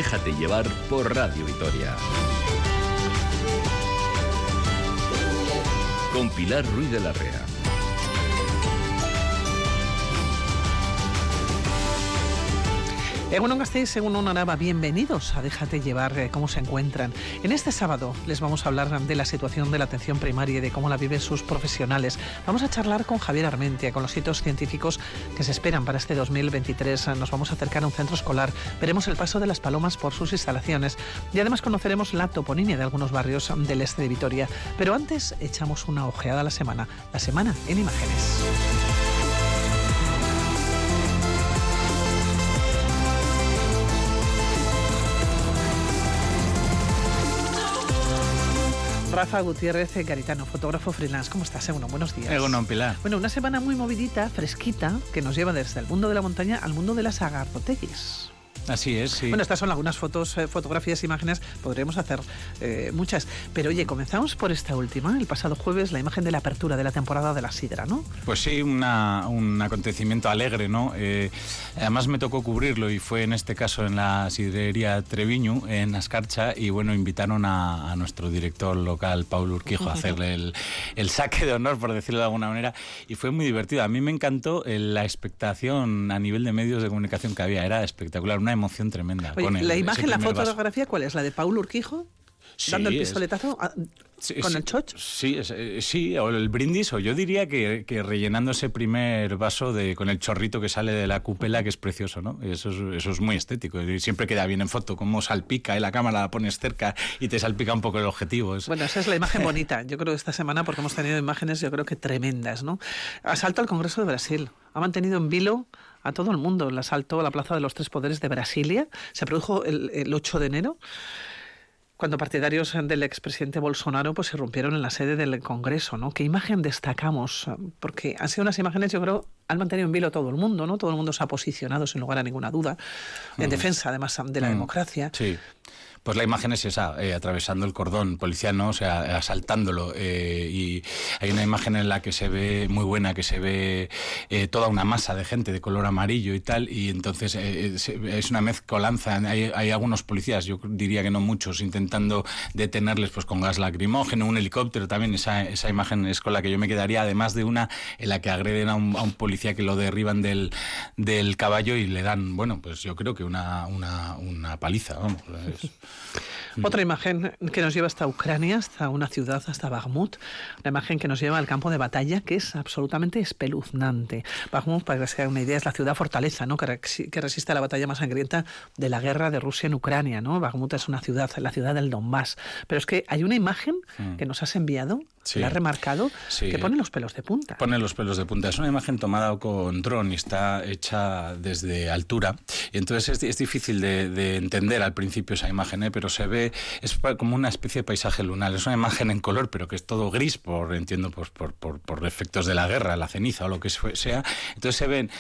Déjate llevar por Radio Vitoria. Con Pilar Ruiz de la Rea. Egunon Gasteiz, Egunon Araba, bienvenidos a Déjate Llevar. ¿Cómo se encuentran? En este sábado les vamos a hablar de la situación de la atención primaria y de cómo la viven sus profesionales. Vamos a charlar con Javier Armentia, con los hitos científicos que se esperan para este 2023. Nos vamos a acercar a un centro escolar, veremos el paso de las palomas por sus instalaciones y además conoceremos la toponimia de algunos barrios del este de Vitoria. Pero antes echamos una ojeada a la semana en imágenes. Rafa Gutiérrez Garitano, fotógrafo freelance. ¿Cómo estás, Egunon? Buenos días. Egunon, Pilar. Bueno, una semana muy movidita, fresquita, que nos lleva desde el mundo de la montaña al mundo de las agarroteguis. Así es, sí. Bueno, estas son algunas fotografías, imágenes, podremos hacer muchas. Pero oye, comenzamos por esta última, el pasado jueves, la imagen de la apertura de la temporada de la sidra, ¿no? Pues sí, un acontecimiento alegre, ¿no? Además me tocó cubrirlo y fue en este caso en la sidrería Treviñu, en Ascarcha, y bueno, invitaron a nuestro director local, Paul Urquijo, a hacerle el saque de honor, por decirlo de alguna manera, y fue muy divertido. A mí me encantó la expectación a nivel de medios de comunicación que había, era espectacular, una emoción tremenda. Oye, la imagen, la fotografía, ¿cuál es? ¿La de Paul Urquijo? Sí, dando el pistoletazo con el choch. Sí, o el brindis, o yo diría que rellenando ese primer vaso con el chorrito que sale de la cúpula, que es precioso, ¿no? Eso es muy estético y siempre queda bien en foto, cómo salpica, y la cámara la pones cerca y te salpica un poco el objetivo. Bueno, esa es la imagen bonita, yo creo, esta semana, porque hemos tenido imágenes, yo creo que tremendas, ¿no? Asalto al Congreso de Brasil. Ha mantenido en vilo a todo el mundo el asalto a la Plaza de los Tres Poderes de Brasilia. Se produjo el 8 de enero. Cuando partidarios del expresidente Bolsonaro pues irrumpieron en la sede del Congreso, ¿no? ¿Qué imagen destacamos? Porque han sido unas imágenes, yo creo, han mantenido en vilo a todo el mundo, ¿no? Todo el mundo se ha posicionado, sin lugar a ninguna duda, en defensa, además, de la democracia. Sí. Pues la imagen es esa, atravesando el cordón policial, ¿no? O sea, asaltándolo. Y hay una imagen en la que se ve, muy buena, que se ve toda una masa de gente de color amarillo y tal, y entonces es una mezcolanza. Hay algunos policías, yo diría que no muchos, intentando detenerles pues con gas lacrimógeno, un helicóptero también. Esa imagen es con la que yo me quedaría, además de una en la que agreden a un policía que lo derriban del caballo y le dan, bueno, pues yo creo que una paliza, vamos. Otra imagen que nos lleva hasta Ucrania, hasta una ciudad, hasta Bakhmut, una imagen que nos lleva al campo de batalla, que es absolutamente espeluznante. Bakhmut, para que se hagan una idea, es la ciudad fortaleza, ¿no? que resiste a la batalla más sangrienta de la guerra de Rusia en Ucrania, ¿no? Bakhmut es una ciudad, la ciudad del Donbass. Pero es que hay una imagen que nos has enviado, la has remarcado, que pone los pelos de punta. Pone los pelos de punta. Es una imagen tomada con dron y está hecha desde altura. Y entonces es difícil de entender al principio esa imagen, pero se ve, es como una especie de paisaje lunar. Es una imagen en color, pero que es todo gris, por efectos de la guerra, la ceniza o lo que sea. Entonces se ven,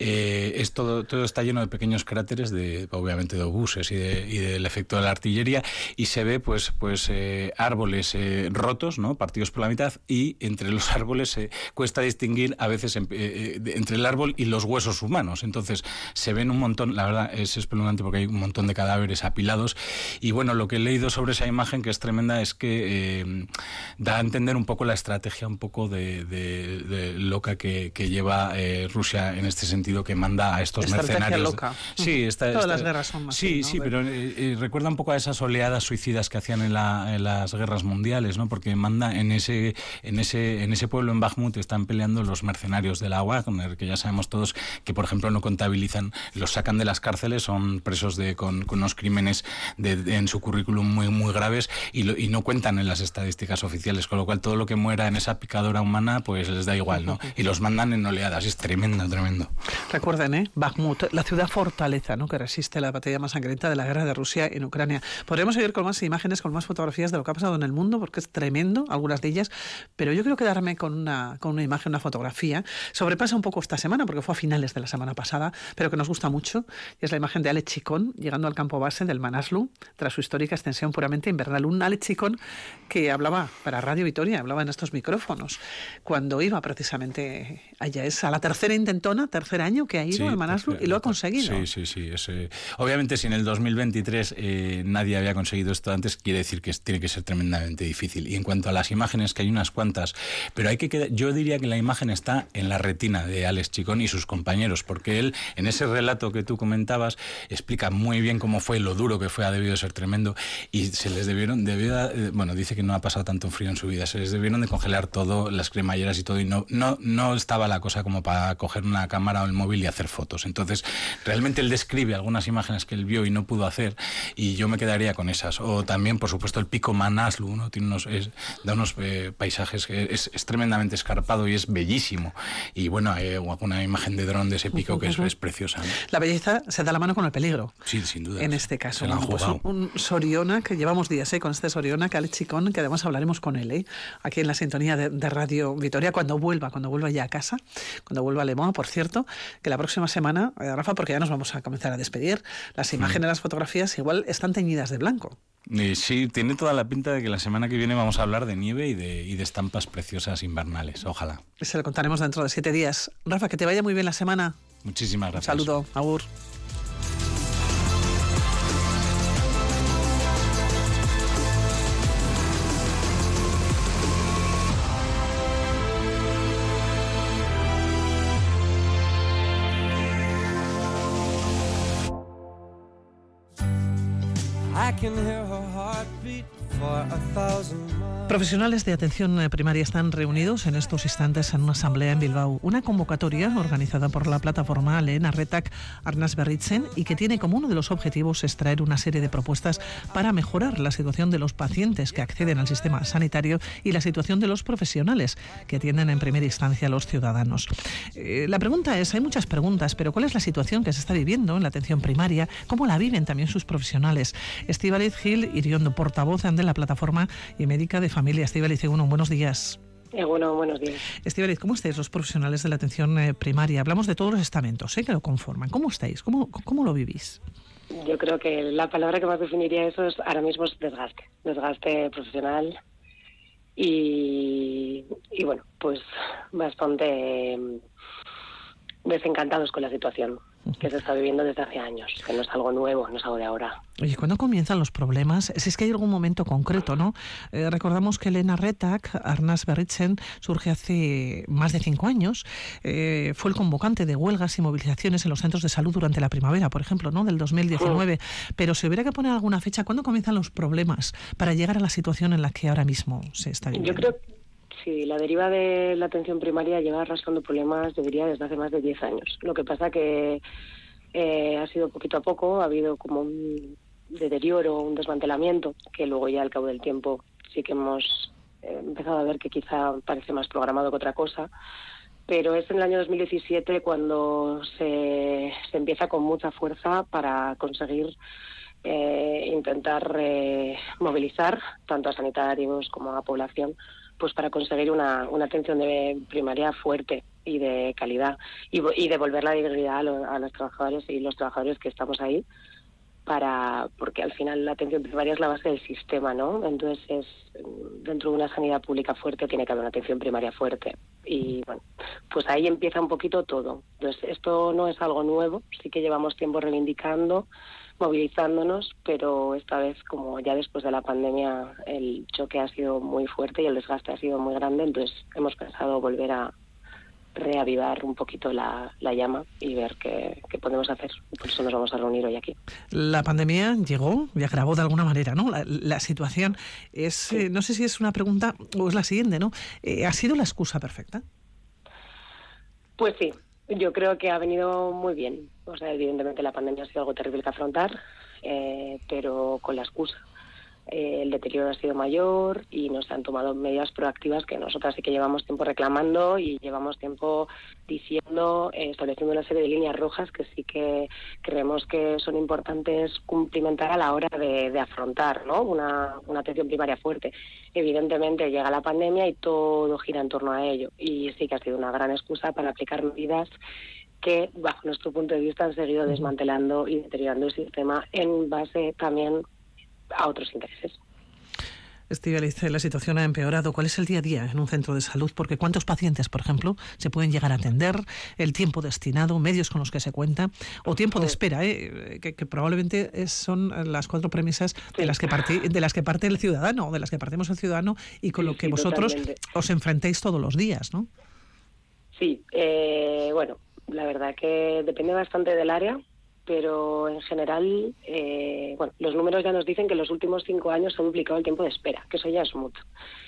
todo está lleno de pequeños cráteres, obviamente de obuses y del efecto de la artillería, y se ve pues árboles rotos, ¿no? Partidos por la mitad, y entre los árboles cuesta distinguir a veces entre el árbol y los huesos humanos. Entonces se ven un montón, la verdad es espeluznante porque hay un montón de cadáveres apilados. Y bueno, lo que he leído sobre esa imagen, que es tremenda, es que da a entender un poco la estrategia un poco de loca que lleva Rusia en este sentido, que manda a estos mercenarios. Loca. Sí, todas las guerras son más. Sí, ¿no? Sí, pero recuerda un poco a esas oleadas suicidas que hacían en las guerras mundiales, ¿no? Porque manda en ese pueblo, en Bakhmut, están peleando los mercenarios de la Wagner, que ya sabemos todos que, por ejemplo, no contabilizan, los sacan de las cárceles, son presos con unos crímenes en su currículum muy, muy graves y no cuentan en las estadísticas oficiales, con lo cual todo lo que muera en esa picadora humana pues les da igual, ¿no? Y los mandan en oleadas. Es tremendo. Recuerden, Bakhmut, la ciudad fortaleza, ¿no? Que resiste la batalla más sangrienta de la guerra de Rusia en Ucrania. Podríamos seguir con más imágenes, con más fotografías de lo que ha pasado en el mundo, porque es tremendo, algunas de ellas, pero yo quiero quedarme con una imagen, una fotografía. Sobrepasa un poco esta semana, porque fue a finales de la semana pasada, pero que nos gusta mucho, y es la imagen de Alex Chicón llegando al campo base del Manaslu tras su histórica única extensión puramente invernal. Un Alex Chicón que hablaba para Radio Vitoria, hablaba en estos micrófonos, cuando iba precisamente allá. Es a la tercer año que ha ido al Manaslu y lo ha conseguido. Sí. Obviamente, si en el 2023 nadie había conseguido esto antes, quiere decir que tiene que ser tremendamente difícil. Y en cuanto a las imágenes, que hay unas cuantas, pero yo diría que la imagen está en la retina de Alex Chicón y sus compañeros, porque él, en ese relato que tú comentabas, explica muy bien cómo fue, lo duro que fue, ha debido ser tremendo, y se les dice que no ha pasado tanto frío en su vida, se les debieron de congelar todo, las cremalleras y todo, y no estaba la cosa como para coger una cámara o el móvil y hacer fotos. Entonces, realmente él describe algunas imágenes que él vio y no pudo hacer, y yo me quedaría con esas. O también, por supuesto, el pico Manaslu, ¿no? Da unos paisajes que es tremendamente escarpado y es bellísimo. Y bueno, hay una imagen de dron de ese pico que es preciosa, ¿no? La belleza se da la mano con el peligro. Sí, sin duda. En este caso. Se lo han jugado. Un Soriona, que llevamos días con este Soriona, que Alex Chicón, que además hablaremos con él, aquí en la sintonía de Radio Vitoria, cuando vuelva ya a casa, cuando vuelva a Le Mans, por cierto, que la próxima semana, Rafa, porque ya nos vamos a comenzar a despedir, las imágenes, las fotografías igual están teñidas de blanco. Sí, tiene toda la pinta de que la semana que viene vamos a hablar de nieve y de estampas preciosas invernales. Ojalá. Se lo contaremos dentro de 7 días. Rafa, que te vaya muy bien la semana. Muchísimas gracias. Saludo, agur. Profesionales de atención primaria están reunidos en estos instantes en una asamblea en Bilbao. Una convocatoria organizada por la plataforma Lehen Arretak Arnas Berritzen y que tiene como uno de los objetivos extraer una serie de propuestas para mejorar la situación de los pacientes que acceden al sistema sanitario y la situación de los profesionales que atienden en primera instancia a los ciudadanos. La pregunta es, hay muchas preguntas, pero ¿cuál es la situación que se está viviendo en la atención primaria? ¿Cómo la viven también sus profesionales? Estíbaliz Gil Iriondo, portavoz de la plataforma y médica de familia. Estíbaliz, buenos días. Bueno, buenos días. Estíbaliz, ¿cómo estáis los profesionales de la atención primaria? Hablamos de todos los estamentos que lo conforman. ¿Cómo estáis? ¿Cómo lo vivís? Yo creo que la palabra que más definiría eso es ahora mismo es desgaste profesional y bueno, pues bastante desencantados con la situación que se está viviendo desde hace años, que no es algo nuevo, no es algo de ahora. Oye, ¿cuándo comienzan los problemas? Si es que hay algún momento concreto, ¿no? Recordamos que Lehen Arretak Arnas Berritzen surge hace más de 5 años. Fue el convocante de huelgas y movilizaciones en los centros de salud durante la primavera, por ejemplo, ¿no? Del 2019. Pero si hubiera que poner alguna fecha, ¿cuándo comienzan los problemas para llegar a la situación en la que ahora mismo se está viviendo? Yo creo que sí, la deriva de la atención primaria lleva arrastrando problemas, debería, desde hace más de 10 años. Lo que pasa que ha sido poquito a poco, ha habido como un deterioro, un desmantelamiento, que luego ya al cabo del tiempo sí que hemos empezado a ver que quizá parece más programado que otra cosa, pero es en el año 2017 cuando se empieza con mucha fuerza para conseguir intentar movilizar tanto a sanitarios como a población, pues para conseguir una atención de primaria fuerte y de calidad y devolver la dignidad a los trabajadores y los trabajadores que estamos ahí, porque al final la atención primaria es la base del sistema, ¿no? Entonces, dentro de una sanidad pública fuerte tiene que haber una atención primaria fuerte. Y bueno, pues ahí empieza un poquito todo. Entonces, esto no es algo nuevo, sí que llevamos tiempo reivindicando, movilizándonos, pero esta vez, como ya después de la pandemia, el choque ha sido muy fuerte y el desgaste ha sido muy grande, entonces hemos pensado volver a reavivar un poquito la llama y ver qué podemos hacer. Por eso nos vamos a reunir hoy aquí. La pandemia llegó y agravó de alguna manera, ¿no? La situación es, sí. No sé si es una pregunta o es la siguiente, ¿no? ¿Ha sido la excusa perfecta? Pues sí, yo creo que ha venido muy bien. O sea, evidentemente la pandemia ha sido algo terrible que afrontar, pero con la excusa. El deterioro ha sido mayor y nos han tomado medidas proactivas que nosotras sí que llevamos tiempo reclamando y llevamos tiempo diciendo, estableciendo una serie de líneas rojas que sí que creemos que son importantes cumplimentar a la hora de afrontar, ¿no? una atención primaria fuerte. Evidentemente llega la pandemia y todo gira en torno a ello y sí que ha sido una gran excusa para aplicar medidas que, bajo nuestro punto de vista, han seguido desmantelando y deteriorando el sistema en base también a otros intereses. Estíbaliz, la situación ha empeorado. ¿Cuál es el día a día en un centro de salud? Porque ¿cuántos pacientes, por ejemplo, se pueden llegar a atender? El tiempo destinado, medios con los que se cuenta, o tiempo de espera, que probablemente son las 4 premisas de las que parte el ciudadano, o de las que partimos el ciudadano, y con lo que vosotros totalmente os enfrentáis todos los días, ¿no? Sí, bueno, la verdad que depende bastante del área, pero en general, bueno, los números ya nos dicen que en los últimos 5 años se ha duplicado el tiempo de espera, que eso ya es mucho.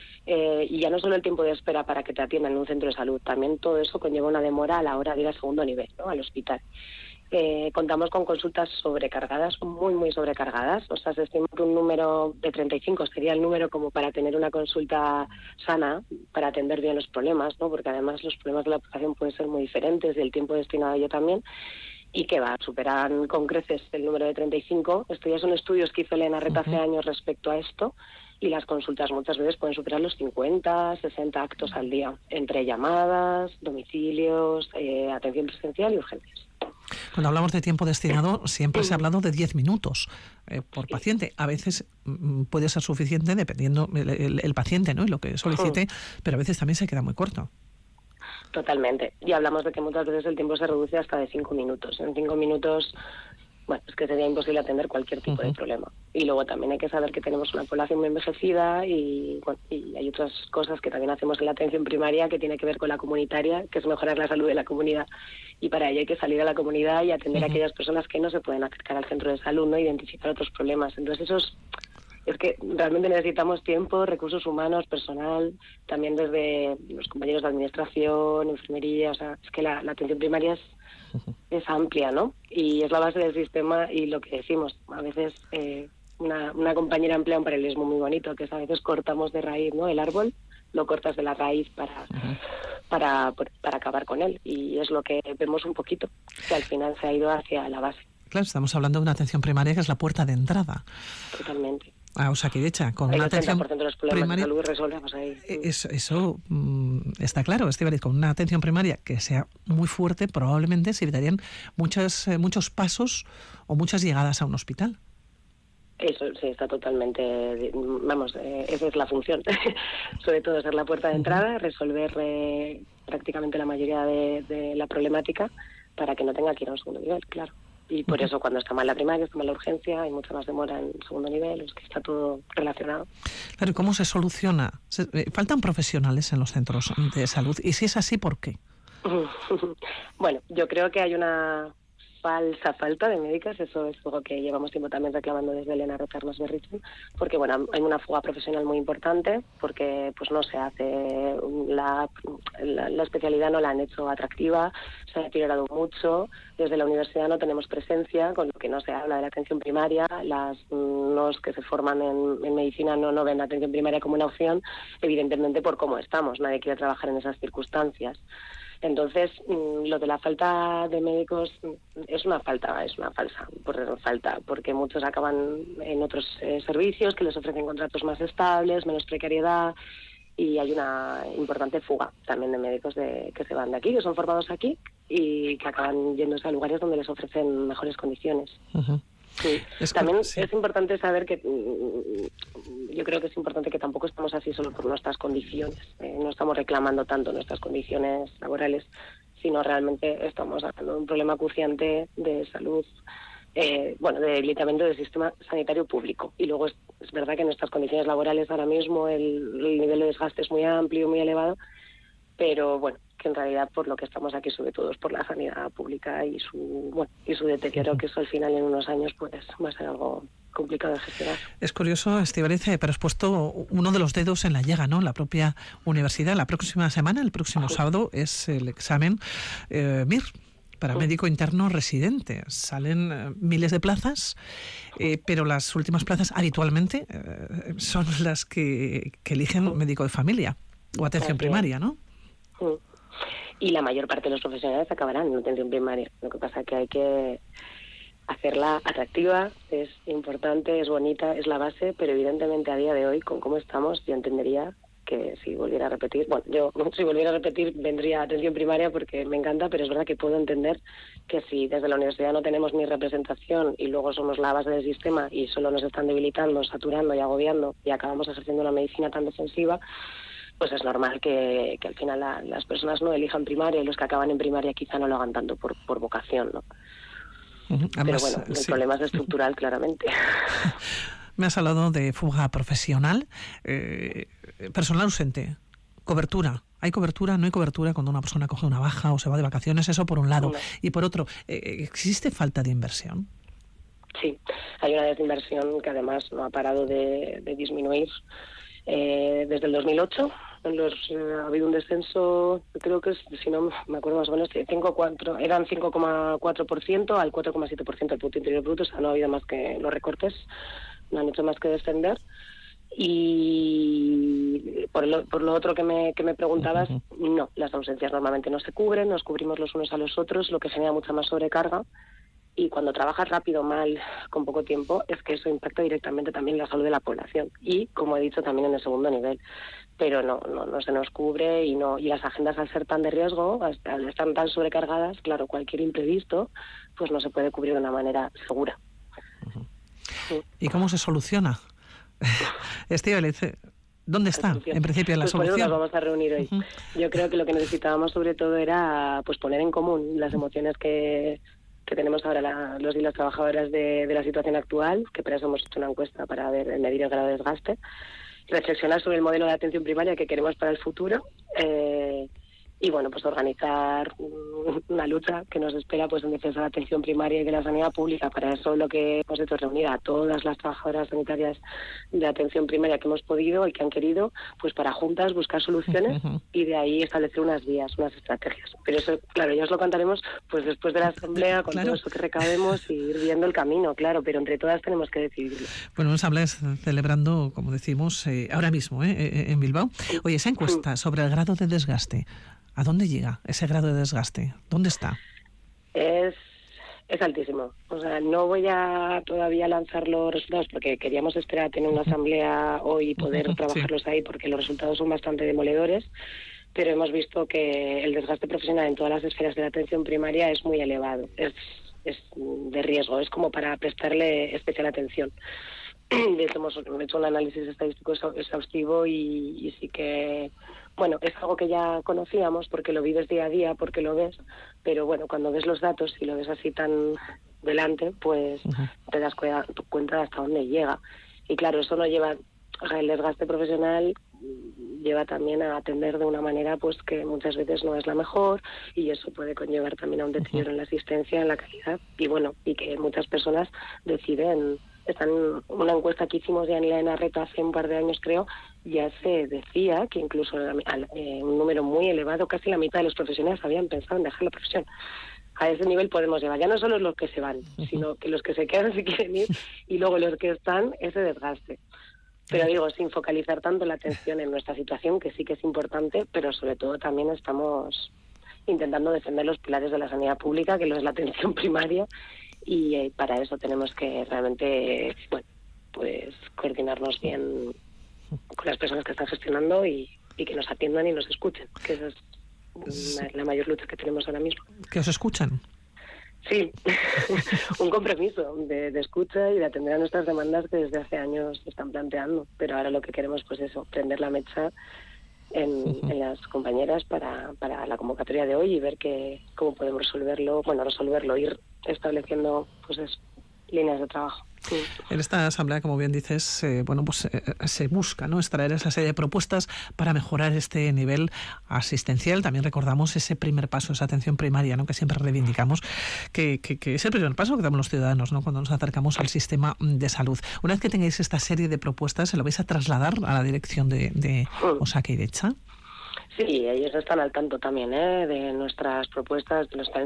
Y ya no solo el tiempo de espera para que te atiendan en un centro de salud, también todo eso conlleva una demora a la hora de ir al segundo nivel, ¿no?, al hospital. Contamos con consultas sobrecargadas, muy, muy sobrecargadas. O sea, se estima que un número de 35 sería el número como para tener una consulta sana, para atender bien los problemas, ¿no? Porque además los problemas de la población pueden ser muy diferentes y el tiempo destinado a ello también. Y que superan con creces el número de 35. Esto ya son estudios que hizo Elena Reta hace años respecto a esto, y las consultas muchas veces pueden superar los 50, 60 actos al día, entre llamadas, domicilios, atención presencial y urgencias. Cuando hablamos de tiempo destinado, siempre se ha hablado de 10 minutos por paciente. A veces puede ser suficiente dependiendo el paciente, ¿no?, y lo que solicite, pero a veces también se queda muy corto. Totalmente. Y hablamos de que muchas veces el tiempo se reduce hasta de 5 minutos. En 5 minutos, bueno, es que sería imposible atender cualquier tipo de problema. Y luego también hay que saber que tenemos una población muy envejecida y, bueno, y hay otras cosas que también hacemos en la atención primaria que tiene que ver con la comunitaria, que es mejorar la salud de la comunidad. Y para ello hay que salir a la comunidad y atender a aquellas personas que no se pueden acercar al centro de salud, ¿no?, identificar otros problemas. Entonces es que realmente necesitamos tiempo, recursos humanos, personal, también desde los compañeros de administración, enfermería. O sea, es que la atención primaria es amplia, ¿no? Y es la base del sistema, y lo que decimos, a veces una compañera emplea un paralelismo muy bonito, que es a veces cortamos de raíz, ¿no?, el árbol, lo cortas de la raíz para acabar con él, y es lo que vemos un poquito, que al final se ha ido hacia la base. Claro, estamos hablando de una atención primaria que es la puerta de entrada. Totalmente. Osakidetza, con una atención primaria, resolvemos ahí. Eso está claro, Estíbaliz. Con una atención primaria que sea muy fuerte, probablemente se evitarían muchos pasos o muchas llegadas a un hospital. Eso sí, está totalmente, vamos, esa es la función, sobre todo ser la puerta de entrada, resolver prácticamente la mayoría de la problemática para que no tenga que ir a un segundo nivel, claro. Y por eso cuando está mal la primaria, está mal la urgencia, hay mucha más demora en el segundo nivel, es que está todo relacionado. Claro, ¿y cómo se soluciona? ¿Faltan profesionales en los centros de salud? Y si es así, ¿por qué? Bueno, yo creo que hay una falsa falta de médicas, eso es algo que llevamos tiempo también reclamando desde Elena Reta Berrichon, porque bueno, hay una fuga profesional muy importante, porque pues no se hace, la especialidad no la han hecho atractiva, se ha deteriorado mucho, desde la universidad no tenemos presencia, con lo que no se habla de la atención primaria, los que se forman en medicina no ven la atención primaria como una opción, evidentemente por cómo estamos, nadie quiere trabajar en esas circunstancias. Entonces, lo de la falta de médicos es una falsa falta, porque muchos acaban en otros servicios que les ofrecen contratos más estables, menos precariedad, y hay una importante fuga también de médicos que se van de aquí, que son formados aquí y que acaban yéndose a lugares donde les ofrecen mejores condiciones. Sí. También es importante saber que yo creo que es importante que tampoco estamos así solo por nuestras condiciones, no estamos reclamando tanto nuestras condiciones laborales, sino realmente estamos hablando de un problema acuciante de salud, de debilitamiento del sistema sanitario público. Y luego es verdad que nuestras condiciones laborales ahora mismo el nivel de desgaste es muy amplio, muy elevado, pero bueno, que en realidad por lo que estamos aquí sobre todo es por la sanidad pública y su deterioro, que eso al final en unos años pues va a ser algo complicado de gestionar. Es curioso, Estíbaliz, pero has puesto uno de los dedos en la llaga, ¿no? La propia universidad. La próxima semana, el próximo sábado, es el examen MIR, para médico interno residente. Salen miles de plazas, pero las últimas plazas habitualmente son las que eligen médico de familia o atención primaria, ¿no? Y la mayor parte de los profesionales acabarán en atención primaria. Lo que pasa es que hay que hacerla atractiva, es importante, es bonita, es la base, pero evidentemente a día de hoy, con cómo estamos, yo entendería que si volviera a repetir, bueno, yo si volviera a repetir vendría a atención primaria porque me encanta, pero es verdad que puedo entender que si desde la universidad no tenemos ni representación y luego somos la base del sistema y solo nos están debilitando, saturando y agobiando y acabamos ejerciendo una medicina tan defensiva, pues es normal que al final las personas no elijan primaria y los que acaban en primaria quizá no lo hagan tanto por vocación, ¿no? Además, pero bueno, el problema es estructural, claramente. Me has hablado de fuga profesional, personal ausente, cobertura. ¿Hay cobertura? ¿No hay cobertura cuando una persona coge una baja o se va de vacaciones? Eso por un lado. No. Y por otro, ¿existe falta de inversión? Sí, hay una desinversión que además no ha parado de disminuir. Desde el 2008 ha habido un descenso, creo que si no me acuerdo más o menos, eran 5,4% al 4,7% del Producto Interior Bruto, o sea, no ha habido más que los recortes, no han hecho más que descender. Y por lo otro que me preguntabas, no, las ausencias normalmente no se cubren, nos cubrimos los unos a los otros, lo que genera mucha más sobrecarga. Y cuando trabajas rápido, mal, con poco tiempo, es que eso impacta directamente también la salud de la población. Y, como he dicho, también en el segundo nivel. Pero no se nos cubre y las agendas, al ser tan de riesgo, al estar tan sobrecargadas, claro, cualquier imprevisto, pues no se puede cubrir de una manera segura. Sí. ¿Y cómo se soluciona? Estíbaliz, ¿dónde está, en principio, la solución? Por eso nos vamos a reunir hoy. Yo creo que lo que necesitábamos, sobre todo, era pues poner en común las emociones que tenemos ahora los y las trabajadoras de la situación actual, que para eso hemos hecho una encuesta para medir el grado de desgaste, reflexionar sobre el modelo de atención primaria que queremos para el futuro, y bueno, pues organizar una lucha que nos espera pues en defensa de la atención primaria y de la sanidad pública. Para eso lo que hemos hecho es reunir a todas las trabajadoras sanitarias de atención primaria que hemos podido y que han querido, pues para juntas buscar soluciones y de ahí establecer unas vías, unas estrategias. Pero eso, claro, ya os lo contaremos pues después de la asamblea, con todo eso que recabemos y ir viendo el camino, claro, pero entre todas tenemos que decidirlo. Bueno, una asamblea celebrando, como decimos, ahora mismo en Bilbao. Oye, esa encuesta sobre el grado de desgaste, ¿a dónde llega ese grado de desgaste? ¿Dónde está? Es altísimo. O sea, no voy a todavía lanzar los resultados porque queríamos esperar a tener una asamblea hoy y poder trabajarlos ahí porque los resultados son bastante demoledores, pero hemos visto que el desgaste profesional en todas las esferas de la atención primaria es muy elevado. Es de riesgo, es como para prestarle especial atención. De hecho, hemos hecho un análisis estadístico exhaustivo y sí que, bueno, es algo que ya conocíamos porque lo vives día a día, porque lo ves, pero bueno, cuando ves los datos y lo ves así tan delante, pues te das cuenta de hasta dónde llega. Y claro, eso no lleva, o sea, el desgaste profesional lleva también a atender de una manera pues que muchas veces no es la mejor y eso puede conllevar también a un deterioro en la asistencia, en la calidad y bueno, y que muchas personas deciden. Una encuesta que hicimos ya en la ENARRETA hace un par de años, creo, ya se decía que incluso un número muy elevado, casi la mitad de los profesionales habían pensado en dejar la profesión. A ese nivel podemos llevar, ya no solo los que se van, sino que los que se quedan si quieren ir y luego los que están, ese desgaste. Pero digo, sin focalizar tanto la atención en nuestra situación, que sí que es importante, pero sobre todo también estamos intentando defender los pilares de la sanidad pública, que lo es la atención primaria, y para eso tenemos que realmente, bueno, pues coordinarnos bien con las personas que están gestionando y que nos atiendan y nos escuchen, que esa es la mayor lucha que tenemos ahora mismo. ¿Que os escuchan? Sí, un compromiso de escucha y de atender a nuestras demandas que desde hace años se están planteando, pero ahora lo que queremos pues eso, prender la mecha en las compañeras para la convocatoria de hoy y ver cómo podemos resolverlo, ir estableciendo pues líneas de trabajo. Sí. En esta asamblea, como bien dices, se busca, ¿no?, extraer esa serie de propuestas para mejorar este nivel asistencial. También recordamos ese primer paso, esa atención primaria, ¿no?, que siempre reivindicamos, que es el primer paso que damos los ciudadanos, ¿no?, cuando nos acercamos al sistema de salud. Una vez que tengáis esta serie de propuestas, ¿se lo vais a trasladar a la dirección de Osakidetza? Sí, ellos están al tanto también de nuestras propuestas,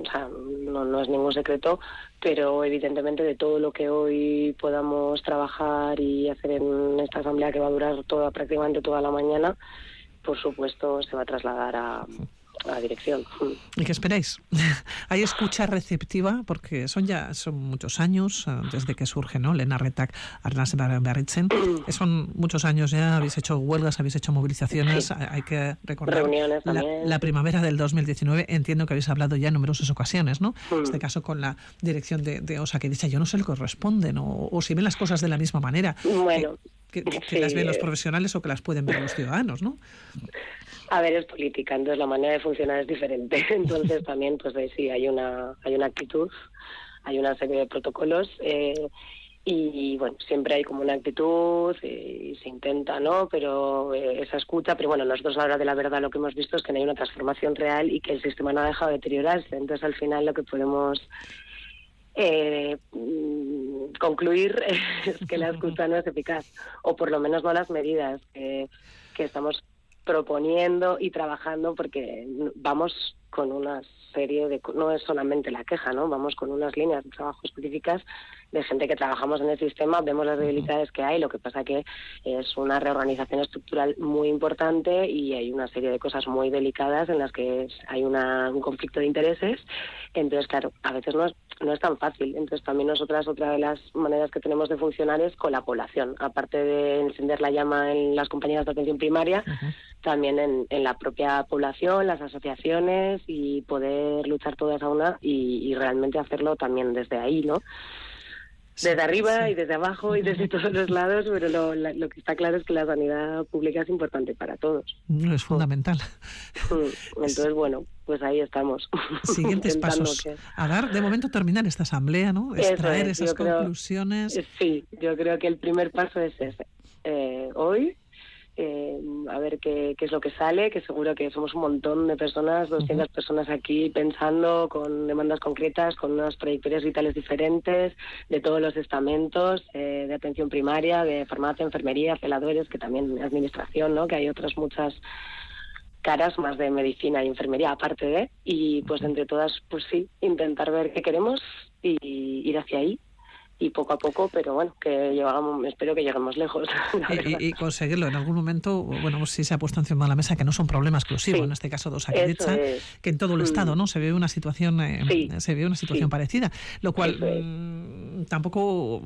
no es ningún secreto, pero evidentemente de todo lo que hoy podamos trabajar y hacer en esta asamblea que va a durar prácticamente toda la mañana, por supuesto se va a trasladar a a dirección. ¿Y qué esperáis? ¿Hay escucha receptiva? Porque son muchos años desde que surge, ¿no? Lena Retak, Arnaz Berritzen. Son muchos años ya, habéis hecho huelgas, habéis hecho movilizaciones, hay que recordar reuniones también. La primavera del 2019, entiendo que habéis hablado ya en numerosas ocasiones, ¿no? En este caso con la dirección de Osakidetza, yo no sé el que corresponden, o si ven las cosas de la misma manera. Bueno, que las ven los profesionales o que las pueden ver los ciudadanos, ¿no? A ver, es política, entonces la manera de funcionar es diferente. Entonces también, pues sí, hay una actitud, hay una serie de protocolos y bueno, siempre hay como una actitud y se intenta, ¿no? Pero esa escucha, pero bueno, nosotros a la hora de la verdad lo que hemos visto es que no hay una transformación real y que el sistema no ha dejado de deteriorarse. Entonces al final lo que podemos concluir es que la escucha no es eficaz, o por lo menos no las medidas que estamos proponiendo y trabajando, porque vamos con una serie de... No es solamente la queja, ¿no? Vamos con unas líneas de trabajo específicas de gente que trabajamos en el sistema, vemos las debilidades que hay, lo que pasa que es una reorganización estructural muy importante y hay una serie de cosas muy delicadas en las que hay un conflicto de intereses. Entonces, claro, a veces no es tan fácil. Entonces, también nosotras, otra de las maneras que tenemos de funcionar es con la población. Aparte de encender la llama en las compañías de atención primaria, también en la propia población, las asociaciones, y poder luchar todas a una y realmente hacerlo también desde ahí, ¿no? Desde arriba y desde abajo y desde todos los lados, pero lo que está claro es que la sanidad pública es importante para todos. Es fundamental. Entonces, bueno, pues ahí estamos. Siguientes pasos. A dar, de momento, terminar esta asamblea, ¿no? Extraer esas conclusiones. Sí, yo creo que el primer paso es ese. Hoy, a ver qué es lo que sale, que seguro que somos un montón de personas, 200 personas aquí pensando con demandas concretas, con unas trayectorias vitales diferentes, de todos los estamentos, de atención primaria, de farmacia, enfermería, celadores, que también administración, ¿no? Que hay otras muchas caras más de medicina y enfermería aparte de, y pues entre todas, pues sí, intentar ver qué queremos y ir hacia ahí. Y poco a poco, pero bueno, espero que lleguemos lejos. Y conseguirlo en algún momento. Bueno, pues sí se ha puesto encima de la mesa que no es un problema exclusivo, en este caso de Osakidetza, que en todo el Estado, ¿no? Se ve una situación parecida, lo cual tampoco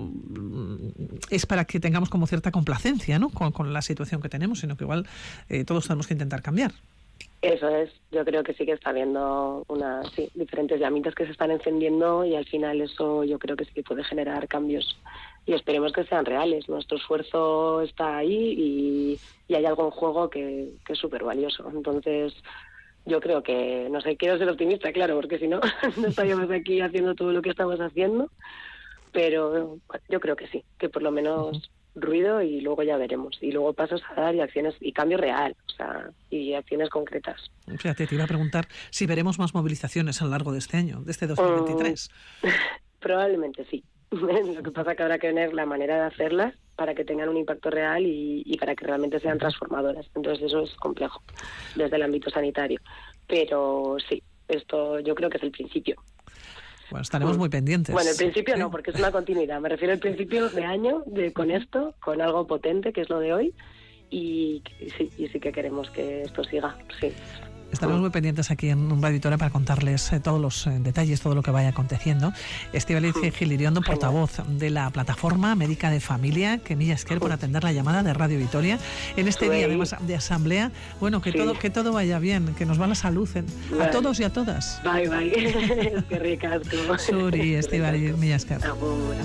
es para que tengamos como cierta complacencia, ¿no? Con la situación que tenemos, sino que igual todos tenemos que intentar cambiar. Eso es, yo creo que sí que está habiendo diferentes llamitas que se están encendiendo y al final eso yo creo que sí que puede generar cambios y esperemos que sean reales. Nuestro esfuerzo está ahí y hay algo en juego que es súper valioso. Entonces yo creo que, no sé, quiero ser optimista, claro, porque si no, no estaríamos aquí haciendo todo lo que estamos haciendo, pero yo creo que sí, que por lo menos ruido y luego ya veremos. Y luego pasos a dar y acciones y cambio real, y acciones concretas. Fíjate, te iba a preguntar si veremos más movilizaciones a lo largo de este año, de este 2023. Probablemente sí. Lo que pasa es que habrá que ver la manera de hacerlas para que tengan un impacto real y para que realmente sean transformadoras. Entonces eso es complejo desde el ámbito sanitario. Pero sí, esto yo creo que es el principio. Bueno, estaremos muy pendientes. Bueno, el principio no, porque es una continuidad. Me refiero al principio de año, con esto, con algo potente, que es lo de hoy. Y sí que queremos que esto siga, sí. Estaremos muy pendientes aquí en Radio Vitoria para contarles todos los detalles, todo lo que vaya aconteciendo. Estíbaliz Gil Iriondo, portavoz de la Plataforma Médica de Familia, que milla esker por atender la llamada de Radio Vitoria en este día además de asamblea. Bueno, que todo vaya bien, que nos va la salud a todos y a todas. Bye. Qué ricasco. Suri, Estíbaliz, milla esker. Ahora.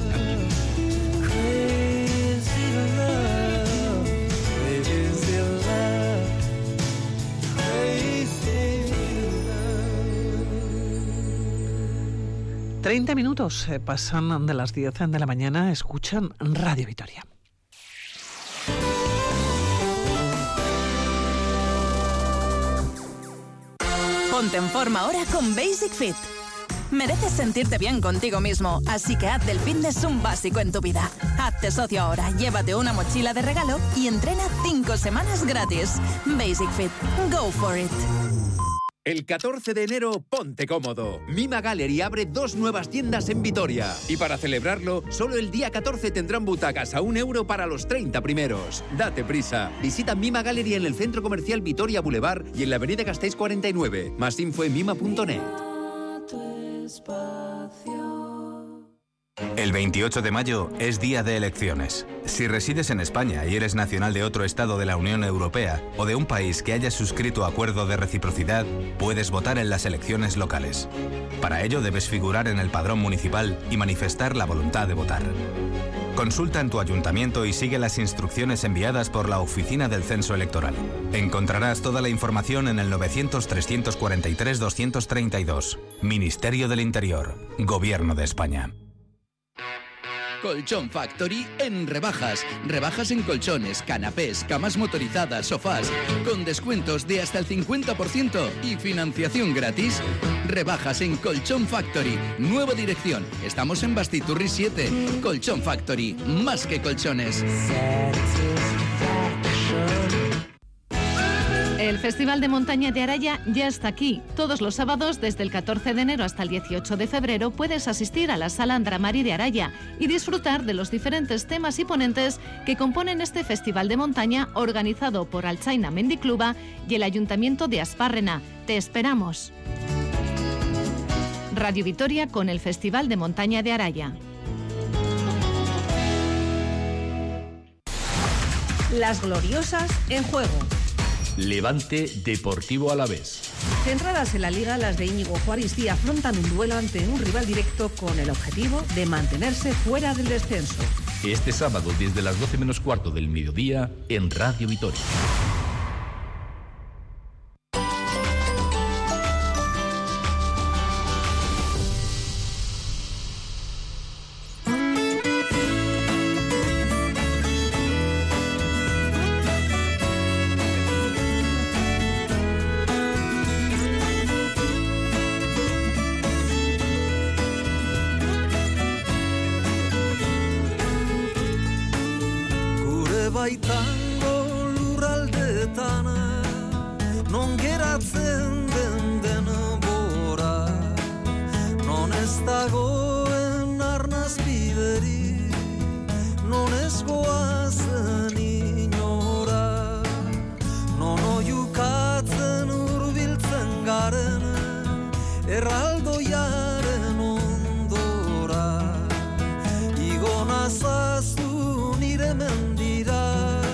30 minutos pasan de las 10 de la mañana, escuchan Radio Vitoria. Ponte en forma ahora con Basic Fit. Mereces sentirte bien contigo mismo, así que haz del fitness un básico en tu vida. Hazte socio ahora, llévate una mochila de regalo y entrena 5 semanas gratis. Basic Fit. Go for it. El 14 de enero, ponte cómodo. Mima Gallery abre 2 nuevas tiendas en Vitoria. Y para celebrarlo, solo el día 14 tendrán butacas a €1 para los 30 primeros. Date prisa. Visita Mima Gallery en el Centro Comercial Vitoria Boulevard y en la Avenida Gasteiz 49. Más info en mima.net. El 28 de mayo es día de elecciones. Si resides en España y eres nacional de otro estado de la Unión Europea o de un país que haya suscrito acuerdo de reciprocidad, puedes votar en las elecciones locales. Para ello debes figurar en el padrón municipal y manifestar la voluntad de votar. Consulta en tu ayuntamiento y sigue las instrucciones enviadas por la Oficina del Censo Electoral. Encontrarás toda la información en el 900-343-232. Ministerio del Interior. Gobierno de España. Colchón Factory en rebajas. Rebajas en colchones, canapés, camas motorizadas, sofás, con descuentos de hasta el 50% y financiación gratis. Rebajas en Colchón Factory. Nueva dirección. Estamos en Bastiturri 7. Colchón Factory. Más que colchones. El Festival de Montaña de Araya ya está aquí. Todos los sábados, desde el 14 de enero hasta el 18 de febrero, puedes asistir a la Sala Andramari de Araya y disfrutar de los diferentes temas y ponentes que componen este Festival de Montaña organizado por Altzaina Mendicluba y el Ayuntamiento de Aspárrena. ¡Te esperamos! Radio Vitoria con el Festival de Montaña de Araya. Las gloriosas en juego. Levante Deportivo Alavés. Centradas en la Liga, las de Íñigo Juaristi afrontan un duelo ante un rival directo con el objetivo de mantenerse fuera del descenso. Este sábado desde las 12 menos cuarto del mediodía en Radio Vitoria. Baitango lurraldetan non geratzen den denbora, non ez dagoen arnazbideri, non ez goazen inora, non oiukatzen urbiltzen garen erraldoiaren ondora, igonazazu nire mendira,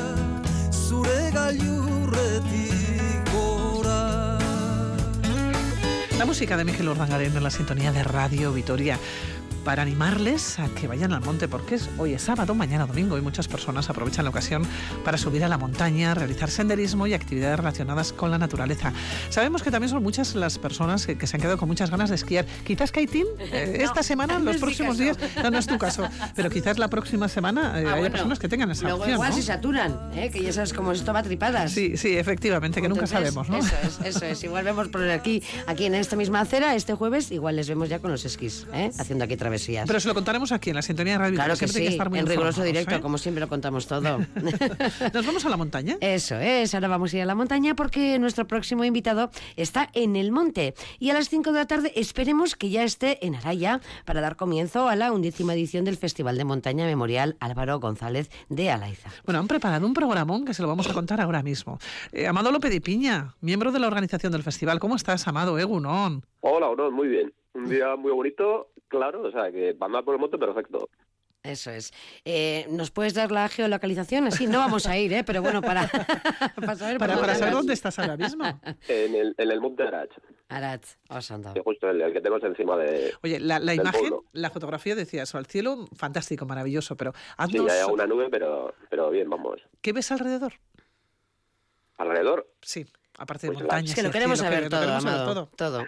la música de Mikel Urdangarín en la sintonía de Radio Vitoria, para animarles a que vayan al monte, porque hoy es sábado, mañana domingo, y muchas personas aprovechan la ocasión para subir a la montaña, realizar senderismo y actividades relacionadas con la naturaleza. Sabemos que también son muchas las personas que se han quedado con muchas ganas de esquiar. Quizás, Kaitín, esta semana, los próximos días, no es tu caso, pero quizás la próxima semana haya personas que tengan esa opción, igual ¿no? se saturan, que ya sabes cómo esto va a tripadas. Sí, efectivamente, que entonces, nunca sabemos, ¿no? Eso es. Igual vemos por aquí en esta misma acera, este jueves, igual les vemos ya con los esquís, haciendo aquí travesías. Pero se lo contaremos aquí en la sintonía de Radio Claro Vitoria. que Siempre hay sí, que estar muy en riguroso informados, directo, como siempre lo contamos todo. ¿Nos vamos a la montaña? Eso es, ahora vamos a ir a la montaña porque nuestro próximo invitado está en el monte. Y a las 5 de la tarde esperemos que ya esté en Araya para dar comienzo a la 11ª edición del Festival de Montaña Memorial Álvaro González de Alaiza. Bueno, han preparado un programón que se lo vamos a contar ahora mismo. Amado López de Piña, miembro de la organización del festival. ¿Cómo estás, Amado? Egunon. Hola, Egunon, muy bien. Un día muy bonito, claro, o sea, que para andar por el monte, perfecto. Eso es. ¿Nos puedes dar la geolocalización? Así no vamos a ir, pero bueno, para saber... Para saber dónde estás ahora mismo. En el monte Arach. Arach, Osando. Justo el que tenemos encima de... Oye, la imagen, pueblo. la fotografía decía eso, al cielo, fantástico, maravilloso, pero haznos... Sí, hay una nube, pero bien, vamos. ¿Qué ves alrededor? ¿Alrededor? Sí, aparte de montañas. Es que lo queremos saber todo, Amado, todo.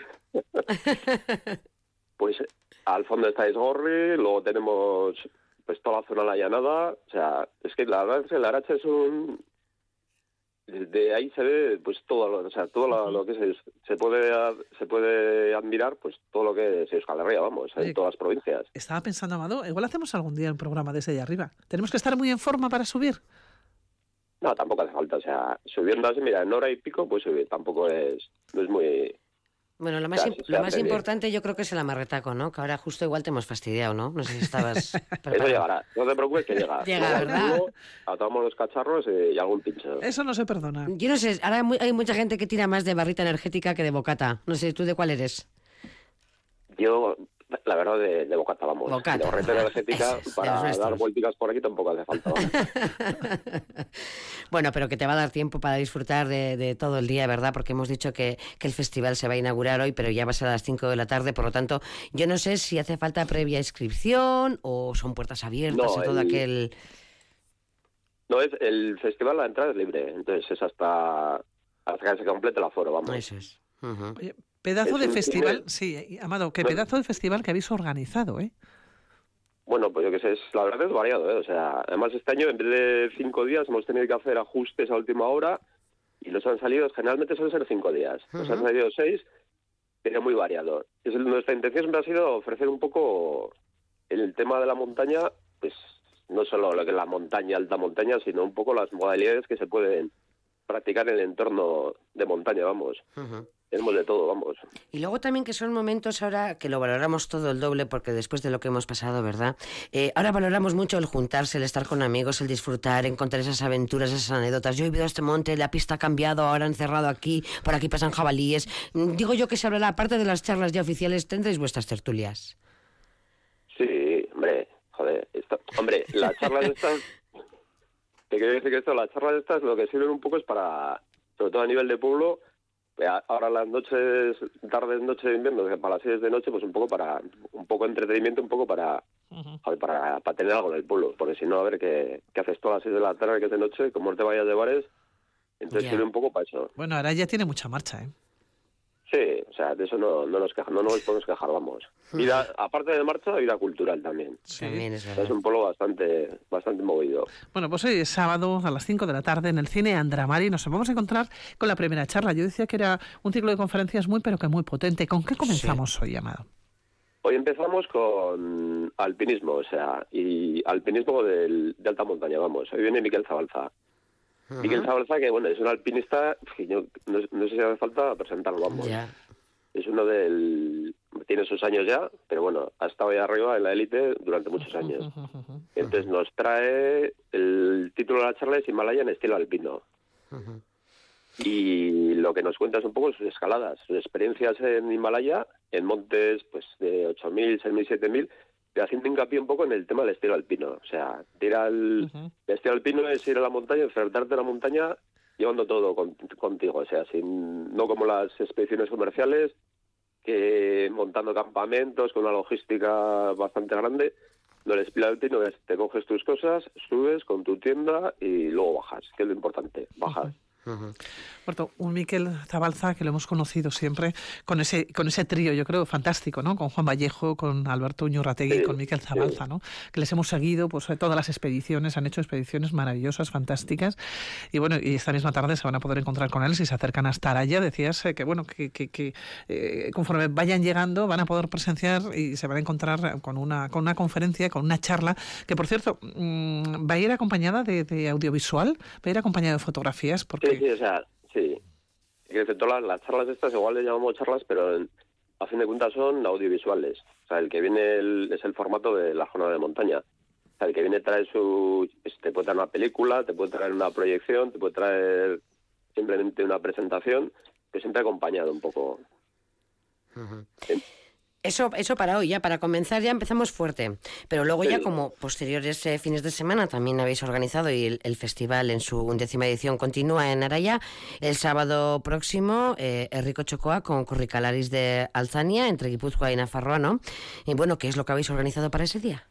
Pues al fondo está Esgorri, luego tenemos pues toda la zona de la llanada, o sea, es que la verdad es que el Arache es un... De ahí se ve pues todo lo que se puede admirar, pues todo lo que es Euskal Herria, vamos, en todas las provincias. Estaba pensando, Amado, igual hacemos algún día un programa desde allá arriba. ¿Tenemos que estar muy en forma para subir? No, tampoco hace falta, o sea, subiendo así, mira, en hora y pico, pues subir, tampoco no es muy Bueno, lo más importante yo creo que es el amarretaco, ¿no? Que ahora justo igual te hemos fastidiado, ¿no? No sé si estabas preparado. Eso llegará, no te preocupes que llega. Llega, ¿verdad? Atamos los cacharros y algún pincho. Eso no se perdona. Yo no sé, ahora hay mucha gente que tira más de barrita energética que de bocata. No sé, ¿tú de cuál eres? Yo, la verdad, de bocata, vamos. Bocata. De barrita energética, para dar vuelticas por aquí tampoco hace falta. Vamos. Bueno, pero que te va a dar tiempo para disfrutar de todo el día, ¿verdad? Porque hemos dicho que el festival se va a inaugurar hoy, pero ya va a ser a las 5 de la tarde, por lo tanto, yo no sé si hace falta previa inscripción o son puertas abiertas a todo aquel... No, el festival, la entrada es libre, entonces es hasta que se complete el aforo, vamos. Eso es. Uh-huh. Oye, pedazo de festival, sí, Amado, qué pedazo de festival que habéis organizado, ¿eh? Bueno, pues yo qué sé, la verdad es variado, ¿eh? O sea, además este año en vez de 5 días hemos tenido que hacer ajustes a última hora y los han salido, generalmente suelen ser 5 días, nos han salido 6, pero muy variado. Nuestra intención siempre ha sido ofrecer un poco el tema de la montaña, pues no solo lo que es la montaña, alta montaña, sino un poco las modalidades que se pueden practicar en el entorno de montaña, vamos. Tenemos de todo, vamos. Y luego también que son momentos ahora que lo valoramos todo el doble, porque después de lo que hemos pasado, ¿verdad? Ahora valoramos mucho el juntarse, el estar con amigos, el disfrutar, encontrar esas aventuras, esas anécdotas. Yo he ido a este monte, la pista ha cambiado, ahora han cerrado aquí, por aquí pasan jabalíes. Digo yo que se hablará, aparte de las charlas ya oficiales, tendréis vuestras tertulias. Sí, hombre, joder. Hombre, las charlas estas... Te quiero decir que las charlas estas lo que sirven un poco es para, sobre todo a nivel de pueblo, ahora las noches, tardes, noche de invierno, que para las 6 de noche, pues un poco entretenimiento, un poco para tener algo en el pueblo, porque si no, a ver qué haces tú a las 6 de la tarde, que es de noche, como te vayas de bares, entonces sirve un poco para eso. Bueno, ahora ya tiene mucha marcha, ¿eh? Sí, o sea, de eso no nos podemos quejar, vamos. Vida, aparte de marcha, vida cultural también. Sí. También es verdad. Es un pueblo bastante movido. Bueno, pues hoy es sábado a las 5 de la tarde en el Cine Andramari. Nos vamos a encontrar con la primera charla. Yo decía que era un ciclo de conferencias muy potente. ¿Con qué comenzamos hoy, Amado? Hoy empezamos con alpinismo, o sea, y alpinismo de alta montaña, vamos. Hoy viene Miquel Zabalza. Miquel Zabalza, que bueno, es un alpinista, que yo no sé si hace falta presentarlo, vamos. Ya. Es tiene sus años ya, pero bueno, ha estado ahí arriba en la élite durante muchos años. Entonces nos trae, el título de la charla es Himalaya en estilo alpino. Y lo que nos cuenta es un poco sus escaladas, sus experiencias en Himalaya, en montes pues de 8.000, 6.000, 7.000, pero haciendo hincapié un poco en el tema del estilo alpino. O sea, el estilo alpino es ir a la montaña, enfrentarte a la montaña llevando todo contigo. O sea, no como las expediciones comerciales, que montando campamentos con una logística bastante grande. No, el estilo alpino es te coges tus cosas, subes con tu tienda y luego bajas, que es lo importante, bajas. Muerto, un Miquel Zabalza que lo hemos conocido siempre con ese trío, yo creo, fantástico, ¿no? Con Juan Vallejo, con Alberto Uñurrategui y con Miquel Zabalza, ¿no? Que les hemos seguido, pues todas las expediciones, han hecho expediciones maravillosas, fantásticas, y bueno, y esta misma tarde se van a poder encontrar con él si se acercan hasta Araya. Decías que bueno, que conforme vayan llegando van a poder presenciar y se van a encontrar con una conferencia, con una charla, que por cierto va a ir acompañada de audiovisual, va a ir acompañada de fotografías, porque... Sí, o sea, sí. Todas las charlas estas igual le llamamos charlas, pero a fin de cuentas son audiovisuales. O sea, el que viene es el formato de la jornada de montaña. O sea, el que viene trae te puede traer una película, te puede traer una proyección, te puede traer simplemente una presentación, que siempre ha acompañado un poco. Eso para hoy, ya para comenzar ya empezamos fuerte, pero luego ya como posteriores fines de semana también habéis organizado y el festival en su 10ª edición continúa en Araya el sábado próximo, Herriko Txokoa con Korrikalaris de Altzania entre Guipúzcoa y Nafarroa, ¿no? Y bueno, ¿qué es lo que habéis organizado para ese día?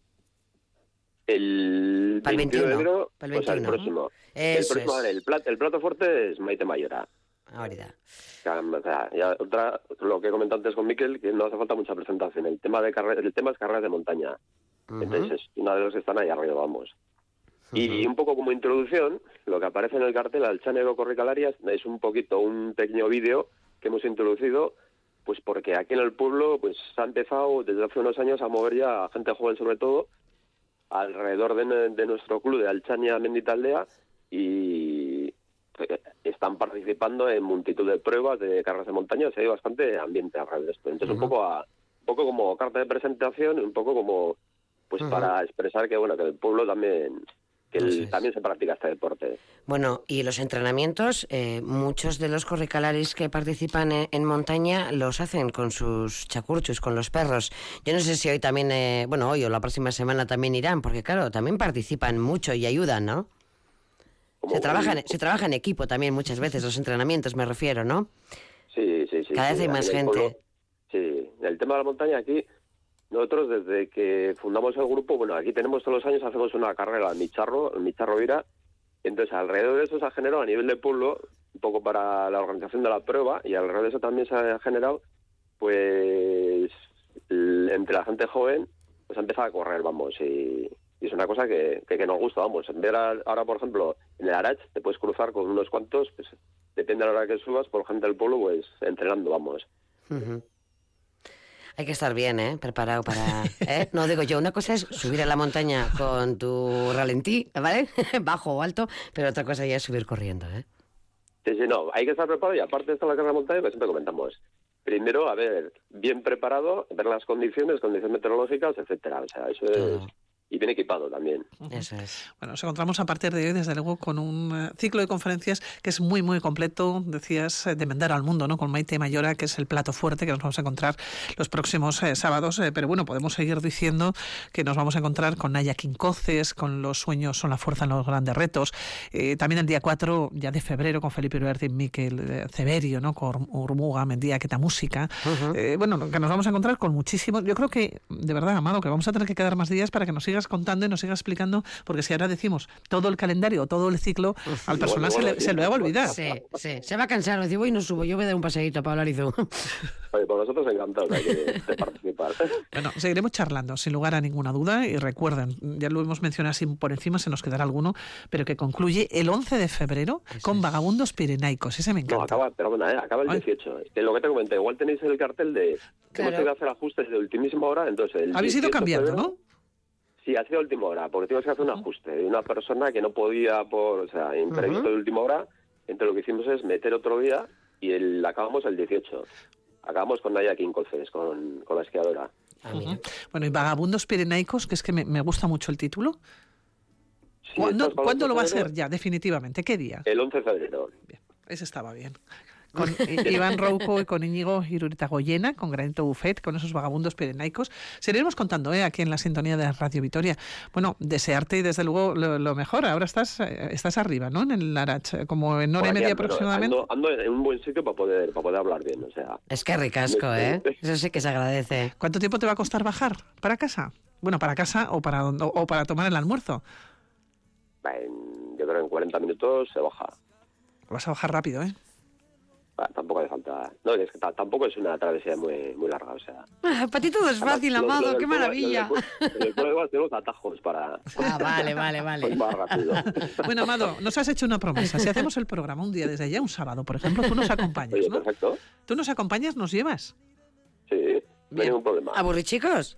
El 21 de enero, para el 21. O sea, el próximo. El plato fuerte es Maite Mayora. Ahorita. O sea, lo que he comentado antes con Miquel, que no hace falta mucha presentación. El tema es carreras de montaña. Entonces es una de los que están ahí arriba, vamos. Y un poco como introducción, lo que aparece en el cartel Altzanego Korrikalarias es un pequeño vídeo que hemos introducido, pues porque aquí en el pueblo pues se ha empezado desde hace unos años a mover ya a gente joven sobre todo alrededor de nuestro club de Altzania Menditaldea y están participando en multitud de pruebas de carreras de montaña, o sea, hay bastante ambiente alrededor de esto. Entonces, un poco como carta de presentación, un poco como pues para expresar que bueno, que el pueblo también también se practica este deporte. Bueno, y los entrenamientos, muchos de los corricalaris que participan en montaña los hacen con sus chacurchus, con los perros. Yo no sé si hoy también, hoy o la próxima semana también irán, porque claro, también participan mucho y ayudan, ¿no? Se trabaja en equipo también muchas veces, los entrenamientos me refiero, ¿no? Sí. Cada vez hay más gente. Sí, el tema de la montaña aquí, nosotros desde que fundamos el grupo, bueno, aquí tenemos todos los años, hacemos una carrera en Micharro Vira, entonces alrededor de eso se ha generado a nivel de pueblo, un poco para la organización de la prueba, y alrededor de eso también se ha generado, pues, entre la gente joven, pues ha empezado a correr, vamos, y es una cosa que nos gusta, vamos. Ver ahora, por ejemplo, en el Arach te puedes cruzar con unos cuantos, pues depende de la hora que subas, por gente del pueblo, pues entrenando, vamos. Hay que estar bien, preparado para... No digo yo, una cosa es subir a la montaña con tu ralentí, ¿vale? Bajo o alto, pero otra cosa ya es subir corriendo, Sí, no, hay que estar preparado, y aparte está la carrera de montaña, que siempre comentamos. Primero, a ver, bien preparado, ver las condiciones meteorológicas, etcétera. O sea, eso es... Y bien equipado también. Eso es. Bueno, nos encontramos a partir de hoy, desde luego, con un ciclo de conferencias que es muy, muy completo. Decías, de Mendaro al Mundo, ¿no? Con Maite Mayora, que es el plato fuerte que nos vamos a encontrar los próximos sábados. Pero bueno, podemos seguir diciendo que nos vamos a encontrar con Naya Quincoces, con Los sueños son la fuerza en los grandes retos. También el día 4 ya de febrero con Felipe Uriarte y Miquel Ceberio, ¿no? Con Urmuga, Mendía, Queta Música. Bueno, que nos vamos a encontrar con muchísimos. Yo creo que, de verdad, Amado, que vamos a tener que quedar más días para que nos sigas contando y nos sigas explicando, porque si ahora decimos todo el calendario, todo el ciclo, al personal se le va a olvidar. Sí, se va a cansar, decir, voy y no subo, yo voy a dar un paseíto para hablar y tú. Oye, por nosotros encantados de participar. Bueno, seguiremos charlando, sin lugar a ninguna duda, y recuerden, ya lo hemos mencionado así por encima, se nos quedará alguno, pero que concluye el 11 de febrero con Vagabundos Pirenaicos, ese me encanta. No, acaba el 18. Es que lo que te comenté, igual tenéis el cartel de que hemos tenido que hacer ajustes de ultimísima hora, entonces... Habéis ido cambiando, ¿no? Sí, ha sido última hora, porque tuvimos que hacer un ajuste de una persona que no podía, imprevisto de última hora. Entonces lo que hicimos es meter otro día y acabamos el 18. Acabamos con Naya Quincoces, con la esquiadora. Bueno, y Vagabundos Pirenaicos, que es que me gusta mucho el título. Sí, ¿Cuándo lo va a ser ya, definitivamente? ¿Qué día? El 11 de febrero. Bien, ese estaba bien. Con Iván Rouco y con Íñigo Irurita Goyena, con Granito Buffet, con esos Vagabundos Pirenaicos. Seguiremos contando aquí en la sintonía de Radio Vitoria. Bueno, desearte y desde luego lo mejor. Ahora estás arriba, ¿no? En el Arach, como en hora y media aproximadamente. Ando en un buen sitio para poder hablar bien, o sea. Es que ricasco, Eso sí que se agradece. ¿Cuánto tiempo te va a costar bajar para casa? Bueno, para casa o para tomar el almuerzo. Yo creo que en 40 minutos se baja. Vas a bajar rápido, Tampoco hace falta. No, es que tampoco es una travesía muy larga, o sea. Para ti todo es fácil, Amado, qué maravilla. En el pueblo tenemos atajos para. Vale. Más rápido. Bueno, Amado, nos has hecho una promesa. Si hacemos el programa un día desde allá, un sábado, por ejemplo, tú nos acompañas, Oye, ¿no? Perfecto. Tú nos acompañas, nos llevas. Sí. No hay ningún problema. ¿Aburrichicos?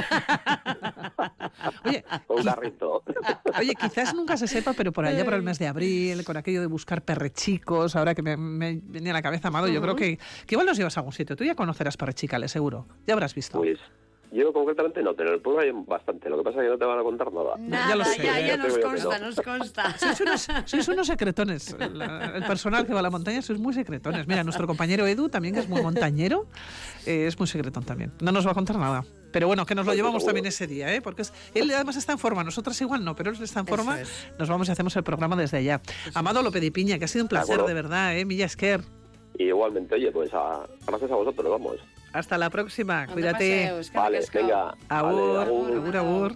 Oye, con un carrito. Oye, quizás nunca se sepa, pero por allá por el mes de abril, con aquello de buscar perrechicos, ahora que me venía a la cabeza, Amado, yo creo que igual los llevas a algún sitio. Tú ya conocerás perrechicales, seguro. Ya habrás visto. Pues yo concretamente no, pero en el pueblo hay bastante. Lo que pasa es que no te van a contar nada. Ya lo sé. Ya nos consta. Sois unos secretones. El personal que va a la montaña sois muy secretones. Mira, nuestro compañero Edu también, que es muy montañero, es muy secretón también. No nos va a contar nada. Pero bueno, que nos lo llevamos también ese día, porque él además está en forma, nosotras igual no, pero él está en forma. Nos vamos y hacemos el programa desde allá. Amado Lopedipiña, que ha sido un placer, de verdad, Milla Esquer. Igualmente, oye, pues gracias a vosotros, vamos. Hasta la próxima, cuídate. Vale, venga. Agur.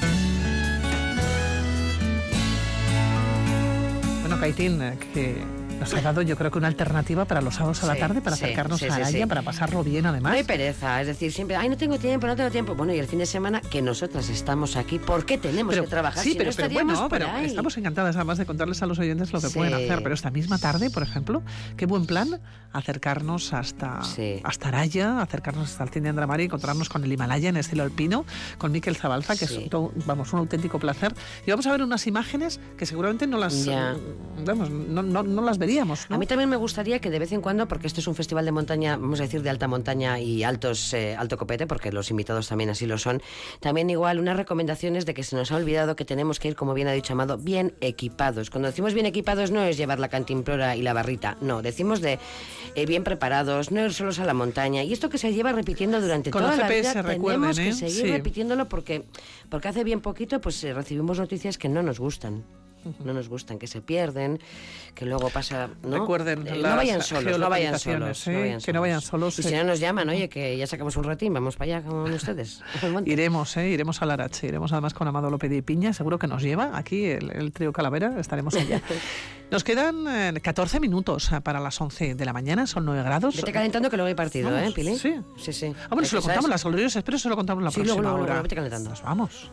Bueno, Caitín, que Nos ha dado, yo creo que una alternativa para los sábados a la tarde, para acercarnos a Araya, para pasarlo bien además. No hay pereza, es decir, siempre, no tengo tiempo. Bueno, y el fin de semana que nosotras estamos aquí, ¿por qué tenemos que trabajar? Sí, si pero no pero estamos encantadas además de contarles a los oyentes lo que pueden hacer. Pero esta misma tarde, por ejemplo, qué buen plan acercarnos hasta Araya, acercarnos hasta el Cine Andramari, encontrarnos con el Himalaya en estilo alpino, con Miquel Zabalza, que es todo, vamos, un auténtico placer. Y vamos a ver unas imágenes que seguramente no las no las veríamos, ¿no? A mí también me gustaría que de vez en cuando, porque esto es un festival de montaña, vamos a decir, de alta montaña y alto copete, porque los invitados también así lo son, también igual unas recomendaciones de que se nos ha olvidado que tenemos que ir, como bien ha dicho Amado, bien equipados. Cuando decimos bien equipados no es llevar la cantimplora y la barrita, no, decimos de bien preparados, no ir solos a la montaña. Y esto que se lleva repitiendo durante toda la vida, tenemos que seguir repitiéndolo porque hace bien poquito pues recibimos noticias que no nos gustan. No nos gustan, que se pierden, que luego pasa, ¿no? Recuerden no vayan solos, no vayan solos. Que no vayan solos. Y si no nos llaman, oye, que ya sacamos un ratín, vamos para allá con ustedes. Iremos a Larache, iremos además con Amado López y Piña, seguro que nos lleva aquí el trío Calavera, estaremos allá. Nos quedan 14 minutos para las 11 de la mañana, son 9 grados. Vete calentando que luego hay partido, vamos, Pili? Sí. Bueno, se lo contamos las gloriosas, espero se lo contamos la próxima hora. Vete calentando. Nos vamos.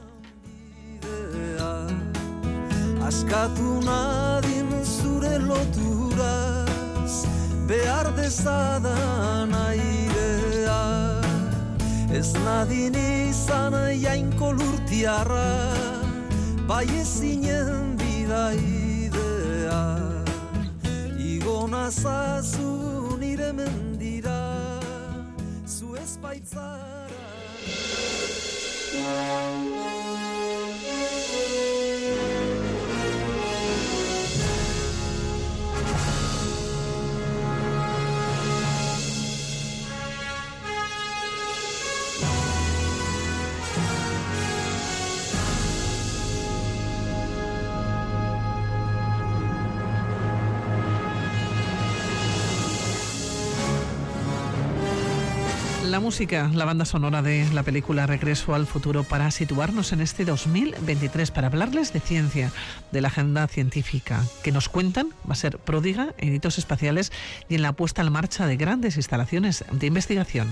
Askatu nadin zure loturaz behar dezadan airea ez nadin izan jainko lurtiarra bai ezinen bidaidea igo nazazu nire mendira zu ez baitzara. La música, la banda sonora de la película Regreso al futuro, para situarnos en este 2023, para hablarles de ciencia, de la agenda científica, que nos cuentan va a ser pródiga en hitos espaciales y en la puesta en marcha de grandes instalaciones de investigación.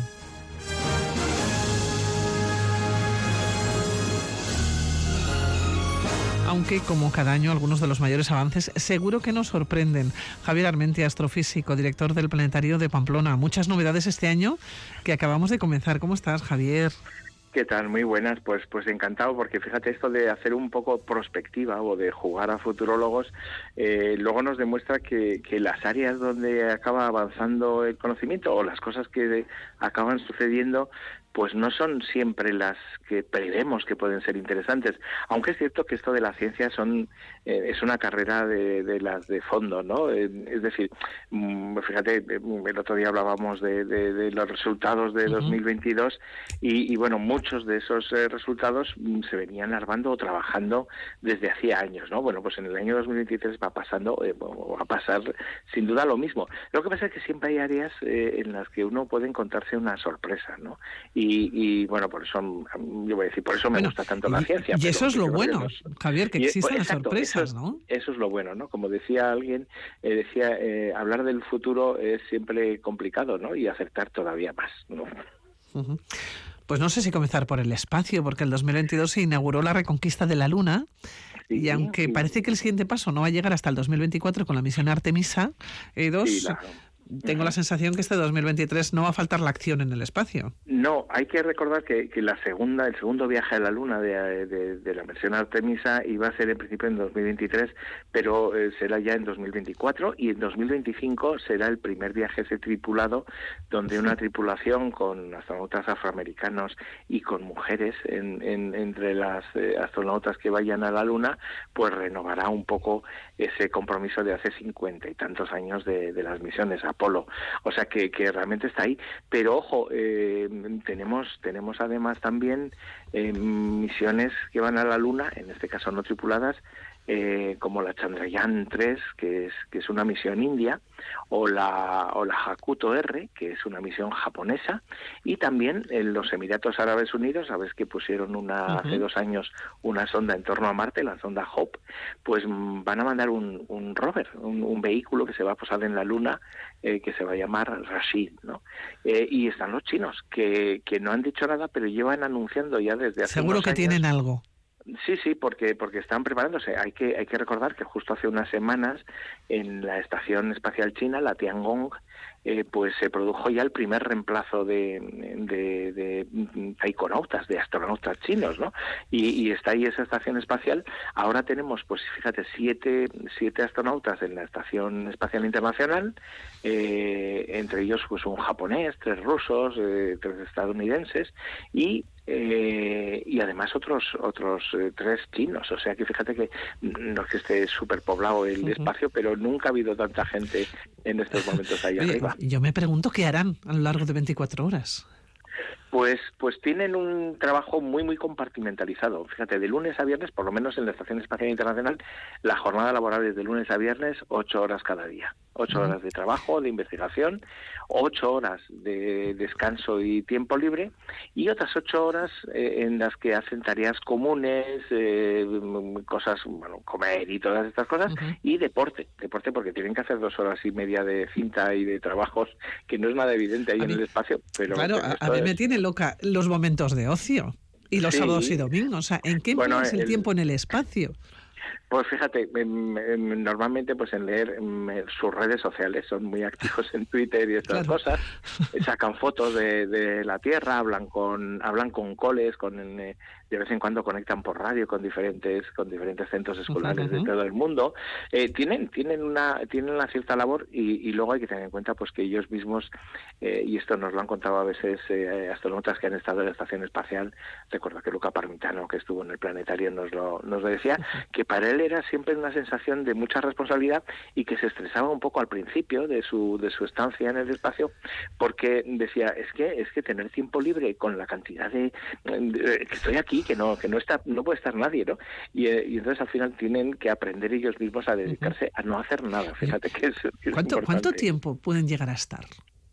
Aunque, como cada año, algunos de los mayores avances seguro que nos sorprenden. Javier Armentia, astrofísico, director del Planetario de Pamplona. Muchas novedades este año que acabamos de comenzar. ¿Cómo estás, Javier? ¿Qué tal? Muy buenas, pues encantado, porque fíjate, esto de hacer un poco prospectiva o de jugar a futurólogos, luego nos demuestra que las áreas donde acaba avanzando el conocimiento o las cosas que acaban sucediendo, pues no son siempre las que prevemos que pueden ser interesantes, aunque es cierto que esto de la ciencia es una carrera de las de fondo, ¿no? Es decir, fíjate, el otro día hablábamos de los resultados de 2022 y bueno, muchos de esos resultados se venían larvando o trabajando desde hacía años, ¿no? Bueno, pues en el año 2023 va a pasar sin duda lo mismo. Lo que pasa es que siempre hay áreas en las que uno puede encontrarse una sorpresa, ¿no? Y bueno, por eso yo voy a decir, por eso me gusta tanto la ciencia. Y eso es lo bueno, Javier, que existen las exacto, sorpresas, ¿no? Eso es lo bueno, ¿no? Como decía alguien, hablar del futuro es siempre complicado, ¿no? Y acertar todavía más, ¿no? Uh-huh. Pues no sé si comenzar por el espacio, porque el 2022 se inauguró la reconquista de la Luna, y aunque parece que el siguiente paso no va a llegar hasta el 2024 con la misión Artemisa 2, tengo la sensación que este 2023 no va a faltar la acción en el espacio. No, hay que recordar que el segundo viaje a la Luna de la misión Artemisa iba a ser en principio en 2023, pero será ya en 2024, y en 2025 será el primer viaje ese tripulado, donde una tripulación con astronautas afroamericanos y con mujeres entre las astronautas que vayan a la Luna, pues renovará un poco ese compromiso de hace 50 y tantos años de las misiones Apolo. O sea que realmente está ahí. Pero ojo, tenemos además también misiones que van a la Luna, en este caso no tripuladas, como la Chandrayaan 3, que es una misión india, o la Hakuto R, que es una misión japonesa, y también en los Emiratos Árabes Unidos, sabes que pusieron hace 2 años una sonda en torno a Marte, la sonda Hope, pues van a mandar un rover, un vehículo que se va a posar en la Luna, que se va a llamar Rashid, ¿no? Y están los chinos, que no han dicho nada, pero llevan anunciando ya desde hace Seguro unos que años. tienen algo. Sí, porque están preparándose. Hay que recordar que justo hace unas semanas en la Estación Espacial China, la Tiangong, pues se produjo ya el primer reemplazo de taikonautas, de astronautas chinos, ¿no? Y está ahí esa estación espacial. Ahora tenemos, pues fíjate, siete astronautas en la Estación Espacial Internacional, entre ellos pues un japonés, 3 rusos, 3 estadounidenses y además otros 3 chinos. O sea que fíjate que no es que esté superpoblado el espacio, pero nunca ha habido tanta gente en estos momentos ahí arriba. Yo me pregunto qué harán a lo largo de 24 horas. Pues tienen un trabajo muy compartimentalizado. Fíjate, de lunes a viernes, por lo menos en la Estación Espacial Internacional, la jornada laboral es de lunes a viernes, 8 horas cada día. 8 horas de trabajo, de investigación, 8 horas de descanso y tiempo libre, y otras 8 horas en las que hacen tareas comunes, cosas, bueno, comer y todas estas cosas, y deporte porque tienen que hacer 2 horas y media de cinta y de trabajos, que no es nada evidente ahí en el espacio. Pero claro, a mí me tiene loca los momentos de ocio y los sábados y domingos. O sea, ¿en qué empleas el tiempo en el espacio? Pues fíjate, normalmente pues en leer sus redes sociales, son muy activos en Twitter y estas cosas, sacan fotos de la Tierra, hablan con coles, de vez en cuando conectan por radio con diferentes centros escolares de todo el mundo. Tienen una cierta labor y luego hay que tener en cuenta pues que ellos mismos, y esto nos lo han contado a veces astronautas que han estado en la Estación Espacial. Recuerdo que Luca Parmitano, que estuvo en el planetario, nos lo decía, que para él era siempre una sensación de mucha responsabilidad y que se estresaba un poco al principio de su estancia en el espacio, porque decía, es que tener tiempo libre con la cantidad de que estoy aquí, que no puede estar nadie, ¿no? Y entonces al final tienen que aprender ellos mismos a dedicarse a no hacer nada. Fíjate que es ¿Cuánto tiempo pueden llegar a estar?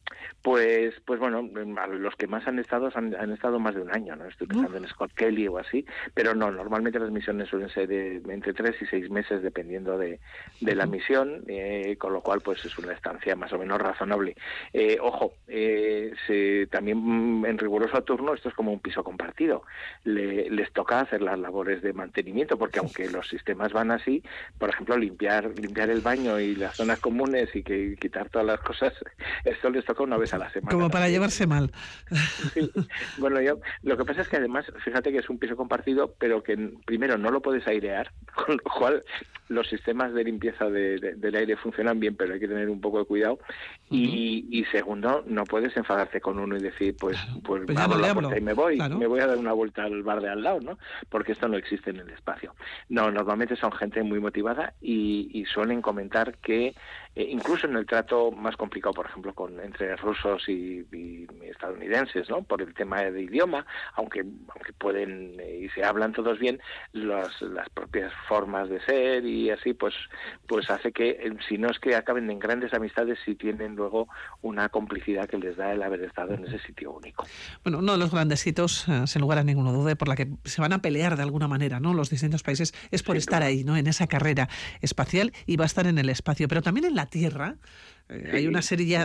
Pues bueno, los que más han estado más de un año, ¿no? Estoy pensando en Scott Kelly o así, pero no, normalmente las misiones suelen ser de entre 3 y 6 meses dependiendo de la misión, con lo cual pues es una estancia más o menos razonable. Ojo, también en riguroso turno esto es como un piso compartido, les toca hacer las labores de mantenimiento, porque aunque los sistemas van así, por ejemplo limpiar el baño y las zonas comunes y quitar todas las cosas, esto les toca una vez a la semana. Como para llevarse mal. Sí. Bueno, lo que pasa es que además, fíjate que es un piso compartido, pero que primero no lo puedes airear, con lo cual los sistemas de limpieza del aire funcionan bien, pero hay que tener un poco de cuidado. Y segundo, no puedes enfadarte con uno y decir, pues abro la puerta y me voy a dar una vuelta al bar de al lado, ¿no? Porque esto no existe en el espacio. No, normalmente son gente muy motivada y suelen comentar que incluso en el trato más complicado, por ejemplo, entre rusos y estadounidenses, ¿no? Por el tema de idioma, aunque pueden y se hablan todos bien, las propias formas de ser y así, pues hace que, si no es que acaben en grandes amistades, si tienen luego una complicidad que les da el haber estado en ese sitio único. Bueno, uno de los grandes hitos, sin lugar a ninguna duda, por la que se van a pelear de alguna manera, ¿no? Los distintos países, es por estar ahí, ¿no? En esa carrera espacial, y va a estar en el espacio, pero también en la Tierra. Hay una serie ya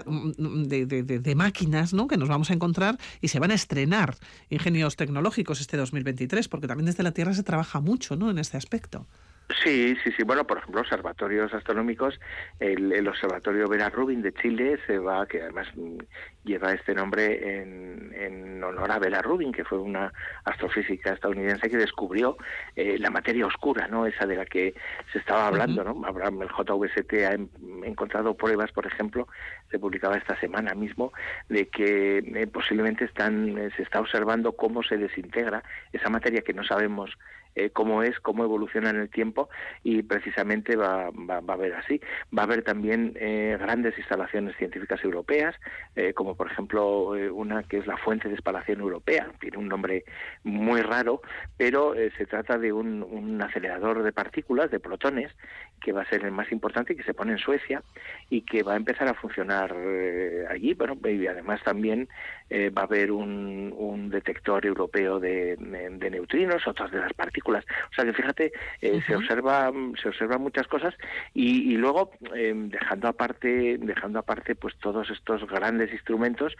de máquinas, ¿no?, que nos vamos a encontrar y se van a estrenar ingenios tecnológicos este 2023, porque también desde la Tierra se trabaja mucho, ¿no?, en este aspecto. Sí. Bueno, por ejemplo, observatorios astronómicos, el observatorio Vera Rubin de Chile que además lleva este nombre en honor a Vera Rubin, que fue una astrofísica estadounidense que descubrió la materia oscura, ¿no? Esa de la que se estaba hablando, ¿no? El JWST ha encontrado pruebas, por ejemplo, se publicaba esta semana mismo, de que posiblemente se está observando cómo se desintegra esa materia que no sabemos cómo evoluciona en el tiempo, y precisamente va a haber así. Va a haber también grandes instalaciones científicas europeas, como como por ejemplo una que es la Fuente de Espalación Europea. Tiene un nombre muy raro, pero se trata de un acelerador de partículas, de protones, que va a ser el más importante, que se pone en Suecia y que va a empezar a funcionar allí. Bueno, y además también va a haber un detector europeo de neutrinos, otras de las partículas. O sea que fíjate, se observa muchas cosas y luego dejando aparte pues todos estos grandes instrumentos,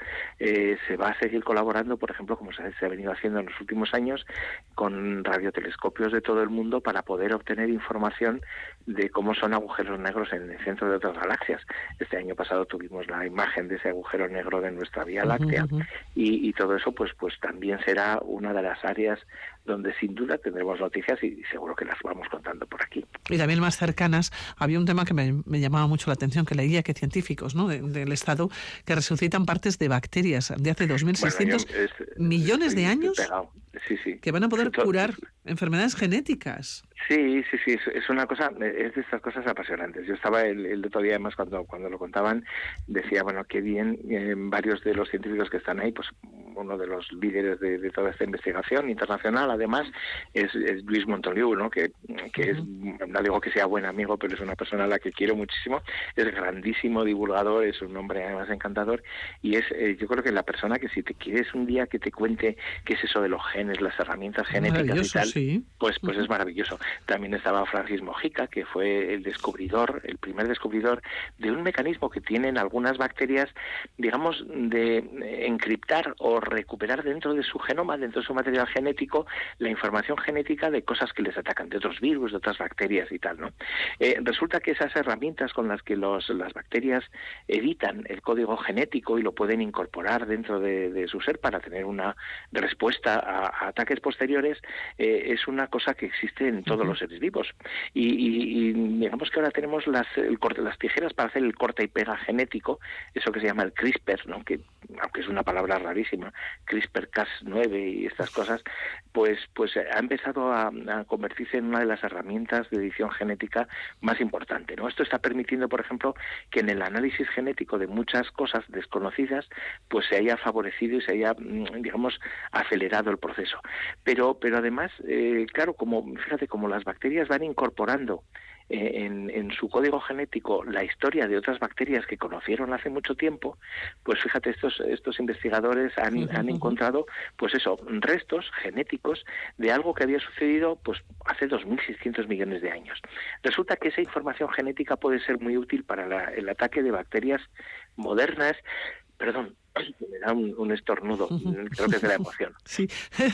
se va a seguir colaborando, por ejemplo, como se ha venido haciendo en los últimos años, con radiotelescopios de todo el mundo para poder obtener información de cómo son agujeros negros en el centro de otras galaxias. Este año pasado tuvimos la imagen de ese agujero negro de nuestra Vía Láctea, y todo eso pues también será una de las áreas donde sin duda tendremos noticias y seguro que las vamos contando por aquí. Y también más cercanas, había un tema que me llamaba mucho la atención, que leía que científicos, ¿no?, del Estado, que resucitan partes de bacterias de hace 2.600 millones de años, sí, que van a poder curar enfermedades genéticas. Sí, es una cosa, es de estas cosas apasionantes. Yo estaba el otro día, además, cuando lo contaban, decía, bueno, qué bien, varios de los científicos que están ahí, pues uno de los líderes de toda esta investigación internacional, además, es Luis Montoliu, ¿no?, que es, no digo que sea buen amigo, pero es una persona a la que quiero muchísimo, es grandísimo divulgador, es un hombre además encantador, y es, yo creo que la persona que si te quieres un día que te cuente qué es eso de los genes, las herramientas genéticas y tal, sí. pues es maravilloso. También estaba Francis Mojica, que fue el primer descubridor de un mecanismo que tienen algunas bacterias, digamos, de encriptar o recuperar dentro de su genoma, dentro de su material genético, la información genética de cosas que les atacan, de otros virus, de otras bacterias y tal, ¿no? Resulta que esas herramientas con las que las bacterias editan el código genético y lo pueden incorporar dentro de su ser para tener una respuesta a ataques posteriores, es una cosa que existe en todos los seres vivos. Y digamos que ahora tenemos las tijeras para hacer el corta y pega genético, eso que se llama el CRISPR, ¿no?, que aunque es una palabra rarísima, CRISPR-Cas9 y estas cosas, pues ha empezado a convertirse en una de las herramientas de edición genética más importante, ¿no? Esto está permitiendo, por ejemplo, que en el análisis genético de muchas cosas desconocidas, pues se haya favorecido y se haya, digamos, acelerado el proceso. Pero además, claro, como las bacterias van incorporando en su código genético la historia de otras bacterias que conocieron hace mucho tiempo, pues fíjate, estos investigadores han encontrado, pues eso, restos genéticos de algo que había sucedido pues hace 2.600 millones de años. Resulta que esa información genética puede ser muy útil para el ataque de bacterias modernas. Perdón, me da un estornudo, creo que es de la emoción. Sí.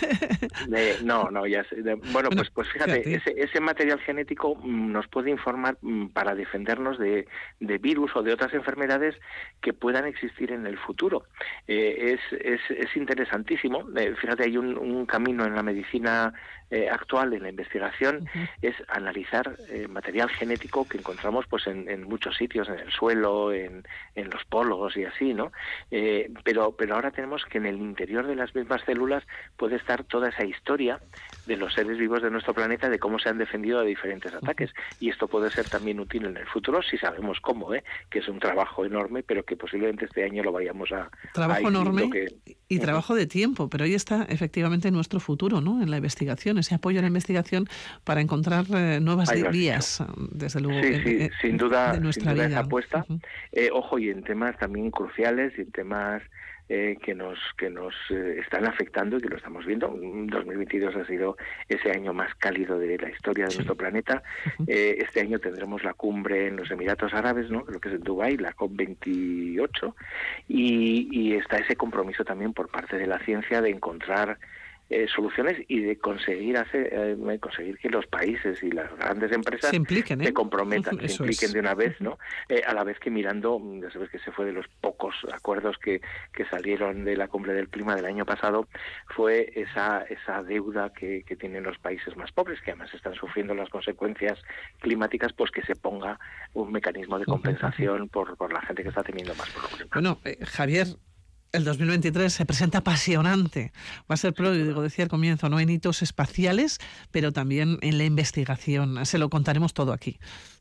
Ya sé. Bueno, pues fíjate, ese material genético nos puede informar para defendernos de virus o de otras enfermedades que puedan existir en el futuro. Es interesantísimo. Fíjate, hay un camino en la medicina actual, en la investigación, es analizar material genético que encontramos pues en muchos sitios, en el suelo, en los polos y así, ¿no? Pero ahora tenemos que en el interior de las mismas células puede estar toda esa historia de los seres vivos de nuestro planeta, de cómo se han defendido de diferentes ataques, y esto puede ser también útil en el futuro si sabemos cómo, que es un trabajo enorme, pero que posiblemente este año lo vayamos a... Trabajo enorme y trabajo de tiempo, pero ahí está efectivamente nuestro futuro, ¿no?, en la investigación, ese apoyo a la investigación para encontrar nuevas vías, desde luego, sin duda, de nuestra vida. Esa apuesta. Ojo, y en temas también cruciales y en temas que nos están afectando y que lo estamos viendo. 2022 ha sido ese año más cálido de la historia de nuestro planeta. Este año tendremos la cumbre en los Emiratos Árabes, ¿no?, lo que es en Dubái, la COP28, y está ese compromiso también por parte de la ciencia de encontrar soluciones y de conseguir que los países y las grandes empresas se impliquen, se comprometan, se impliquen de una vez, ¿no? A la vez que mirando, ya sabes que ese fue de los pocos acuerdos que salieron de la cumbre del clima del año pasado, fue esa deuda que tienen los países más pobres, que además están sufriendo las consecuencias climáticas, pues que se ponga un mecanismo de compensación por la gente que está teniendo más problemas. Bueno, Javier, el 2023 se presenta apasionante. Va a ser pródigo, decía al comienzo, no en hitos espaciales, pero también en la investigación. Se lo contaremos todo aquí.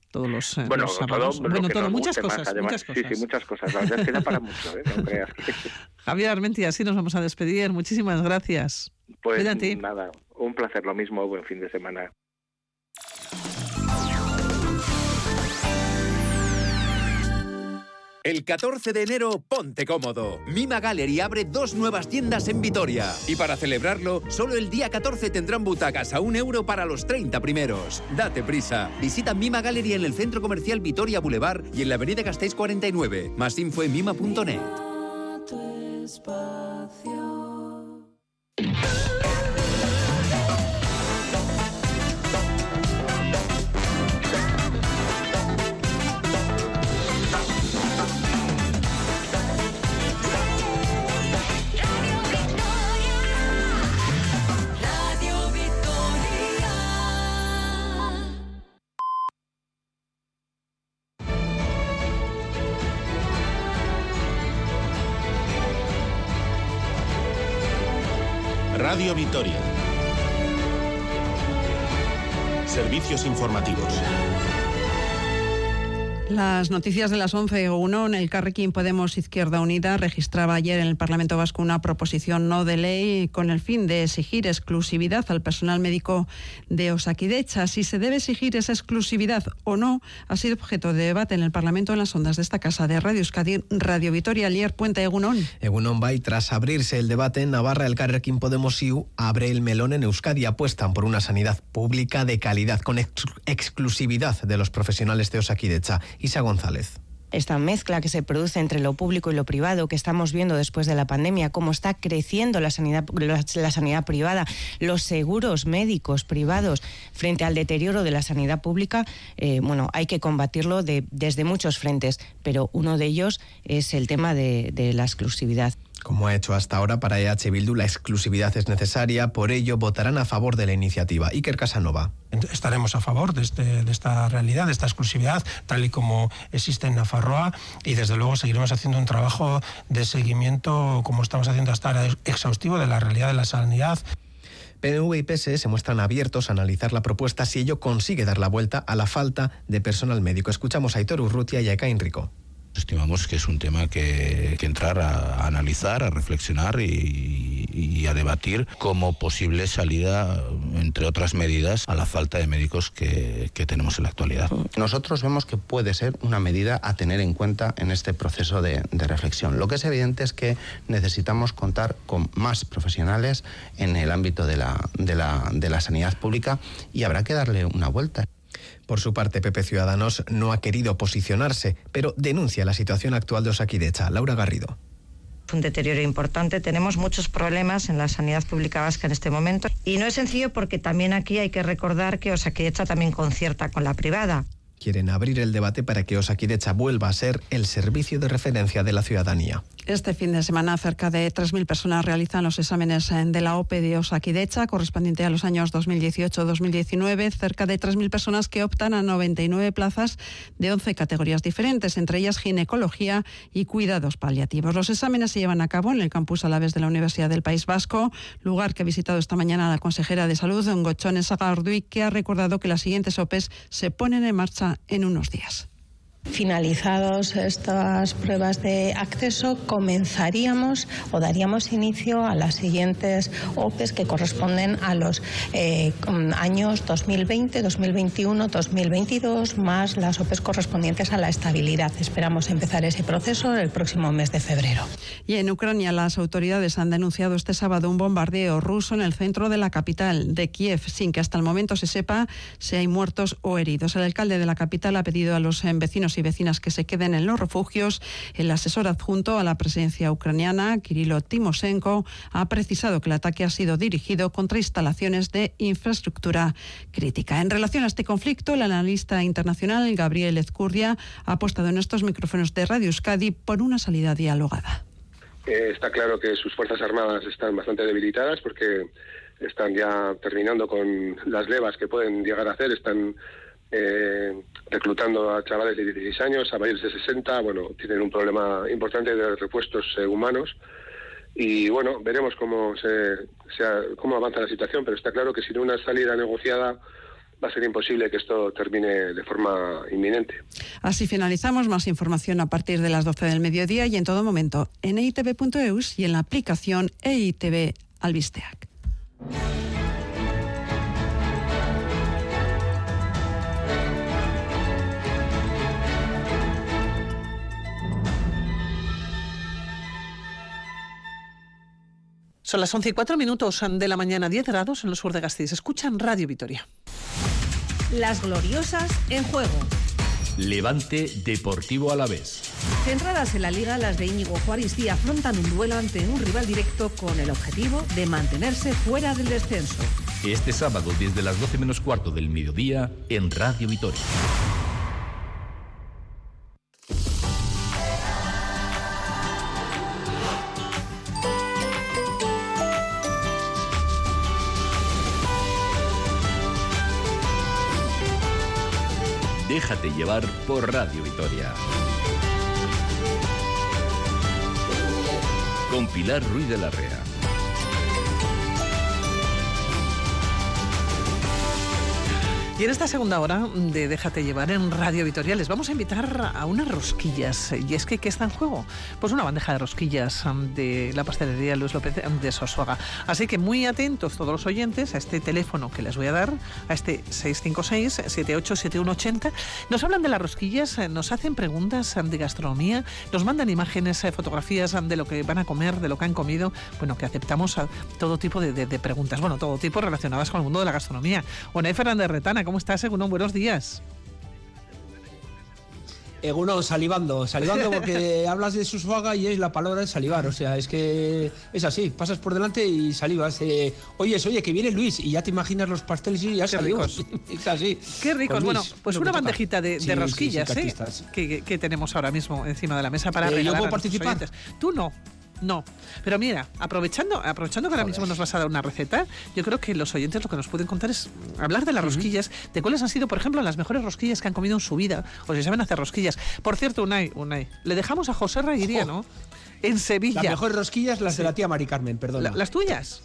todos los bueno, los sábados. Muchas cosas. Sí, muchas cosas. La verdad es que da para mucho, no creas. Javier Armenti, así nos vamos a despedir. Muchísimas gracias. Pues cuídate. Nada, un placer, lo mismo, buen fin de semana. El 14 de enero, ponte cómodo. Mima Gallery abre 2 nuevas tiendas en Vitoria. Y para celebrarlo, solo el día 14 tendrán butacas a €1 para los 30 primeros. Date prisa. Visita Mima Gallery en el Centro Comercial Vitoria Boulevard y en la Avenida Gasteiz 49. Más info en mima.net. Radio Vitoria. Servicios informativos. Las noticias de las 11:01. En el Carrequín Podemos Izquierda Unida registraba ayer en el Parlamento Vasco una proposición no de ley con el fin de exigir exclusividad al personal médico de Osakidetza. Si se debe exigir esa exclusividad o no ha sido objeto de debate en el Parlamento en las ondas de esta casa de Radio Euskadi, Radio Vitoria. Alier Puente, Egunon. Egunon Bay, tras abrirse el debate en Navarra, el Carrequín Podemos IU abre el melón en Euskadi. Apuestan por una sanidad pública de calidad con exclusividad de los profesionales de Osakidetza. Isa González. Esta mezcla que se produce entre lo público y lo privado, que estamos viendo después de la pandemia, cómo está creciendo la sanidad privada, los seguros médicos privados frente al deterioro de la sanidad pública, hay que combatirlo desde muchos frentes, pero uno de ellos es el tema de la exclusividad. Como ha hecho hasta ahora para EH Bildu, la exclusividad es necesaria, por ello votarán a favor de la iniciativa. Iker Casanova. Estaremos a favor de esta realidad, de esta exclusividad, tal y como existe en Nafarroa, y desde luego seguiremos haciendo un trabajo de seguimiento, como estamos haciendo hasta ahora, exhaustivo de la realidad de la sanidad. PNV y PSE se muestran abiertos a analizar la propuesta si ello consigue dar la vuelta a la falta de personal médico. Escuchamos a Aitor Urrutia y a Ekain Rico. Estimamos que es un tema que entrar a analizar, a reflexionar y a debatir como posible salida, entre otras medidas, a la falta de médicos que tenemos en la actualidad. Nosotros vemos que puede ser una medida a tener en cuenta en este proceso de reflexión. Lo que es evidente es que necesitamos contar con más profesionales en el ámbito de la sanidad pública y habrá que darle una vuelta. Por su parte, PP Ciudadanos no ha querido posicionarse, pero denuncia la situación actual de Osakidetza. Laura Garrido. Un deterioro importante, tenemos muchos problemas en la sanidad pública vasca en este momento y no es sencillo porque también aquí hay que recordar que Osakidetza también concierta con la privada. Quieren abrir el debate para que Osakidetza vuelva a ser el servicio de referencia de la ciudadanía. Este fin de semana cerca de 3.000 personas realizan los exámenes de la OPE de Osakidetza correspondiente a los años 2018-2019. Cerca de 3.000 personas que optan a 99 plazas de 11 categorías diferentes, entre ellas ginecología y cuidados paliativos. Los exámenes se llevan a cabo en el campus Alavés de la Universidad del País Vasco, lugar que ha visitado esta mañana la consejera de Salud, Gotzone Sagardui, que ha recordado que las siguientes OPEs se ponen en marcha en unos días. Finalizados estas pruebas de acceso, comenzaríamos o daríamos inicio a las siguientes OPEs que corresponden a los años 2020, 2021, 2022, más las OPEs correspondientes a la estabilidad. Esperamos empezar ese proceso el próximo mes de febrero. Y en Ucrania, las autoridades han denunciado este sábado un bombardeo ruso en el centro de la capital de Kiev, sin que hasta el momento se sepa si hay muertos o heridos. El alcalde de la capital ha pedido a los vecinos y vecinas que se queden en los refugios. El asesor adjunto a la presidencia ucraniana, Kirilo Timoshenko, ha precisado que el ataque ha sido dirigido contra instalaciones de infraestructura crítica. En relación a este conflicto, el analista internacional Gabriel Ezcurdia ha apostado en estos micrófonos de Radio Euskadi por una salida dialogada. Está claro que sus fuerzas armadas están bastante debilitadas porque están ya terminando con las levas que pueden llegar a hacer, están reclutando a chavales de 16 años, a mayores de 60, tienen un problema importante de repuestos humanos y veremos cómo avanza la situación, pero está claro que sin una salida negociada va a ser imposible que esto termine de forma inminente. Así finalizamos. Más información a partir de las 12 del mediodía y en todo momento en eitv.eus y en la aplicación EITV Albisteac. Son las 11:04 de la mañana, 10 grados en el sur de Gasteiz. Escuchan Radio Vitoria. Las gloriosas en juego. Levante Deportivo Alavés. Centradas en la Liga, las de Íñigo Juaristi afrontan un duelo ante un rival directo con el objetivo de mantenerse fuera del descenso. Este sábado desde las 12 menos cuarto del mediodía en Radio Vitoria. Déjate llevar por Radio Vitoria. Con Pilar Ruiz de la Rea. Y en esta segunda hora de Déjate llevar en Radio Vitoria les vamos a invitar a unas rosquillas. Y es que, ¿qué está en juego? Pues una bandeja de rosquillas de la pastelería Luis López de Sosuaga. Así que muy atentos todos los oyentes a este teléfono que les voy a dar, a este 656-787180. Nos hablan de las rosquillas, nos hacen preguntas de gastronomía, nos mandan imágenes, fotografías de lo que van a comer, de lo que han comido. Bueno, que aceptamos a todo tipo de preguntas, bueno, todo tipo relacionadas con el mundo de la gastronomía. Unai Fernández Retana, ¿cómo estás, Egunon? Buenos días. Egunon, salivando porque hablas de Sosuaga y es la palabra de salivar, o sea, es que es así, pasas por delante y salivas. Oye, que viene Luis y ya te imaginas los pasteles y ya salimos. Es así. Qué ricos. Bueno, pues una bandejita de rosquillas, que tenemos ahora mismo encima de la mesa para regalar. ¿Yo puedo a participar? Oyentes. Tú no. No, pero mira, aprovechando que ahora mismo nos vas a dar una receta, yo creo que los oyentes lo que nos pueden contar es hablar de las rosquillas, de cuáles han sido, por ejemplo, las mejores rosquillas que han comido en su vida, o si saben hacer rosquillas. Por cierto, Unai, le dejamos a José Raguiría, ¿no? En Sevilla. Las mejores rosquillas, las de la tía Mari Carmen, perdona. ¿Las tuyas?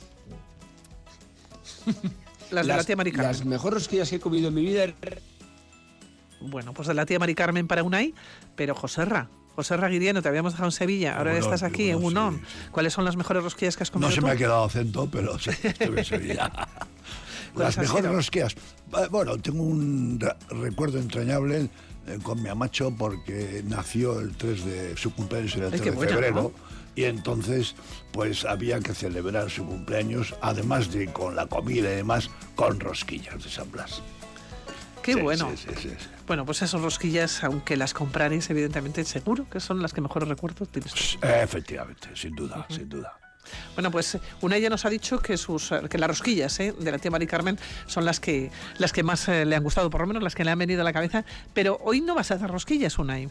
Las de la tía Mari Carmen. Las mejores rosquillas que he comido en mi vida. Bueno, pues de la tía Mari Carmen para Unai, pero José Raguiriano, te habíamos dejado en Sevilla, ahora estás aquí en Unón. Sí. ¿Cuáles son las mejores rosquillas que has comido? No se me ha quedado acento, pero sí, estoy en Sevilla. Las mejores rosquillas. Bueno, tengo un recuerdo entrañable con mi amacho porque nació el 3 de su cumpleaños, el 3 de febrero. ¿No? Y entonces, pues había que celebrar su cumpleaños, además de con la comida y demás, con rosquillas de San Blas. ¡Qué bueno! Sí. Bueno, pues esas rosquillas, aunque las compraréis, evidentemente, seguro que son las que mejores recuerdos tienes. Efectivamente, sin duda, sin duda. Bueno, pues Unai ya nos ha dicho que las rosquillas de la tía Mari Carmen son las que más le han gustado, por lo menos las que le han venido a la cabeza. Pero hoy no vas a hacer rosquillas, Unai.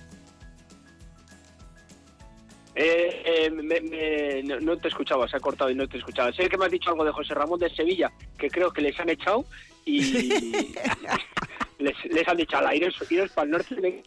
No te escuchaba, se ha cortado y no te escuchaba. Sé que me has dicho algo de José Ramón de Sevilla, que creo que les han echado y les han dicho al aire, iros para el norte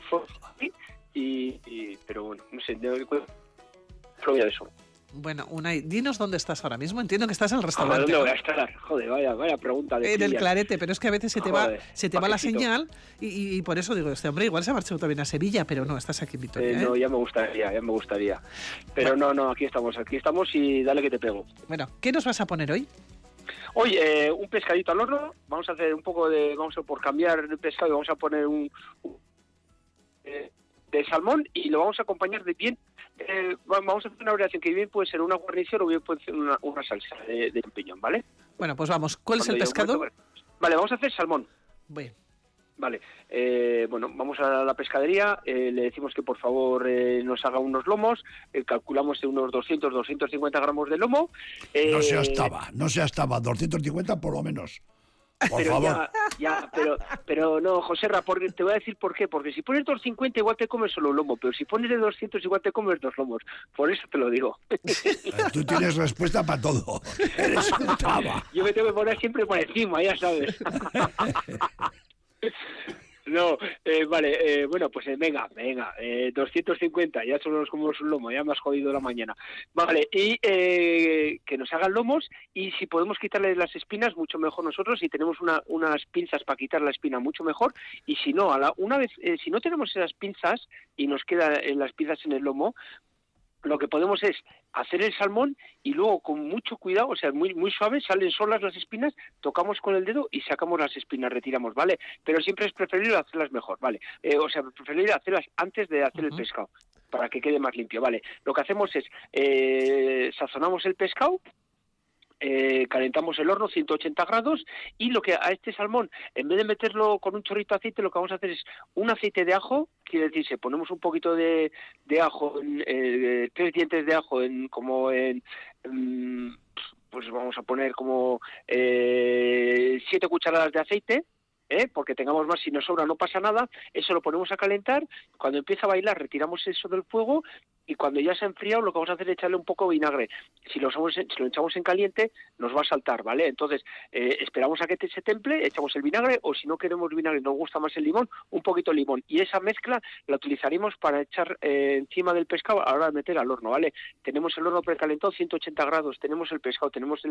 pero bueno, no sé, de eso. Bueno, Unai, dinos dónde estás ahora mismo. Entiendo que estás en el restaurante. ¿Dónde voy a estar? Joder, vaya pregunta. En el Clarete, pero es que a veces se te va la señal y por eso digo, este hombre igual se ha marchado también a Sevilla, pero no, estás aquí en Vitoria. No, ya me gustaría. Pero bueno. No, aquí estamos y dale que te pego. Bueno, ¿qué nos vas a poner hoy? Hoy, un pescadito al horno. Vamos a hacer por cambiar el pescado, vamos a poner de salmón y lo vamos a acompañar de bien. Vamos a hacer una variación que bien puede ser una guarnición o bien puede ser una salsa de champiñón, ¿vale? Bueno, pues vamos. ¿Cuál es el pescado? Vale, vamos a hacer salmón. Bien. Vale, vamos a la pescadería, le decimos que por favor nos haga unos lomos, calculamos de unos 200-250 gramos de lomo. No se estaba, 250 por lo menos. Por favor. Pero no, Joserra, porque te voy a decir por qué. Porque si pones 250 igual te comes solo un lomo, pero si pones de 200 igual te comes 2 lomos. Por eso te lo digo. Tú tienes respuesta para todo. Eres un taba. Yo me tengo que poner siempre por encima, ya sabes. No, vale, bueno, pues venga, 250, ya solo nos comemos un lomo, ya me has jodido la mañana. Vale, y que nos hagan lomos, y si podemos quitarle las espinas, mucho mejor nosotros, si tenemos unas pinzas para quitar la espina, mucho mejor, y si no, una vez, si no tenemos esas pinzas y nos quedan las pinzas en el lomo, lo que podemos es hacer el salmón y luego con mucho cuidado, o sea, muy muy suave, salen solas las espinas, tocamos con el dedo y sacamos las espinas, retiramos, ¿vale? Pero siempre es preferible hacerlas mejor, ¿vale? O sea, preferible hacerlas antes de hacer el pescado, para que quede más limpio, ¿vale? Lo que hacemos es, sazonamos el pescado, calentamos el horno 180 grados, y lo que a este salmón, en vez de meterlo con un chorrito de aceite, lo que vamos a hacer es un aceite de ajo, quiere decir, ponemos un poquito de ajo, 3 dientes de ajo, pues vamos a poner como 7 cucharadas de aceite, porque tengamos más, si nos sobra no pasa nada, eso lo ponemos a calentar, cuando empieza a bailar retiramos eso del fuego, y cuando ya se ha enfriado lo que vamos a hacer es echarle un poco de vinagre. Si lo echamos en caliente nos va a saltar, ¿vale? Entonces esperamos a que se temple, echamos el vinagre, o si no queremos vinagre, nos gusta más el limón, un poquito de limón, y esa mezcla la utilizaremos para echar encima del pescado a la hora de meter al horno, ¿vale? Tenemos el horno precalentado 180 grados, tenemos el pescado, tenemos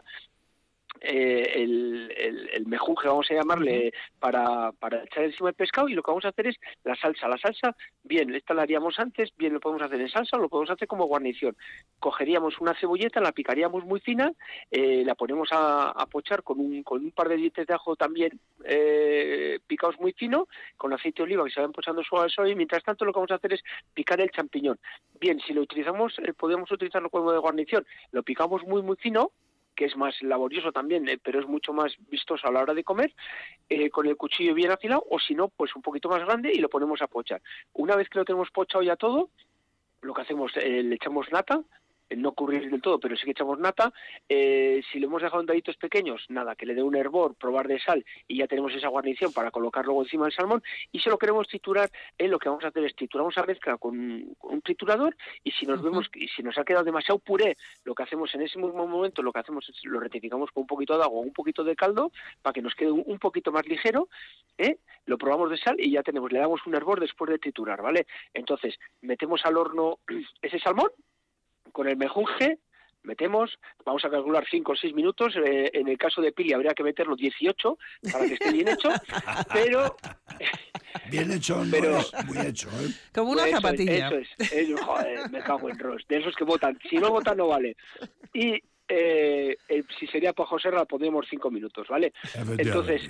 el mejunje, vamos a llamarle, para echar encima el pescado, y lo que vamos a hacer es la salsa, bien, esta la haríamos antes, bien lo podemos hacer en salsa, o lo podemos hacer como guarnición. Cogeríamos una cebolleta, la picaríamos muy fina, la ponemos a pochar con un par de dientes de ajo también picados muy fino, con aceite de oliva que se van pochando suave, y mientras tanto lo que vamos a hacer es picar el champiñón. Bien, si lo utilizamos, podemos utilizarlo como de guarnición, lo picamos muy muy fino, que es más laborioso también, pero es mucho más vistoso a la hora de comer, con el cuchillo bien afilado, o si no, pues un poquito más grande, y lo ponemos a pochar. Una vez que lo tenemos pochado ya todo, lo que hacemos, le echamos nata, no currir del todo, pero sí que echamos nata. Si lo hemos dejado en daditos pequeños, nada, que le dé un hervor, probar de sal, y ya tenemos esa guarnición para colocar luego encima del salmón. Y si lo queremos triturar, lo que vamos a hacer es trituramos la mezcla con un triturador, y si nos vemos, y si nos ha quedado demasiado puré, lo que hacemos en ese mismo momento, lo que hacemos es lo rectificamos con un poquito de agua, un poquito de caldo, para que nos quede un poquito más ligero, lo probamos de sal, y ya tenemos, le damos un hervor después de triturar, ¿vale? Entonces, metemos al horno ese salmón, con el mejunje, metemos, vamos a calcular 5 o 6 minutos, en el caso de Pili habría que meterlo 18 para que esté bien hecho, pero... Bien hecho, pero es muy hecho, ¿eh? Como una zapatilla. Eso es, joder, me cago en Ross, de esos que votan, si no votan no vale. Y si sería para Joserra, pondremos 5 minutos, ¿vale? Entonces,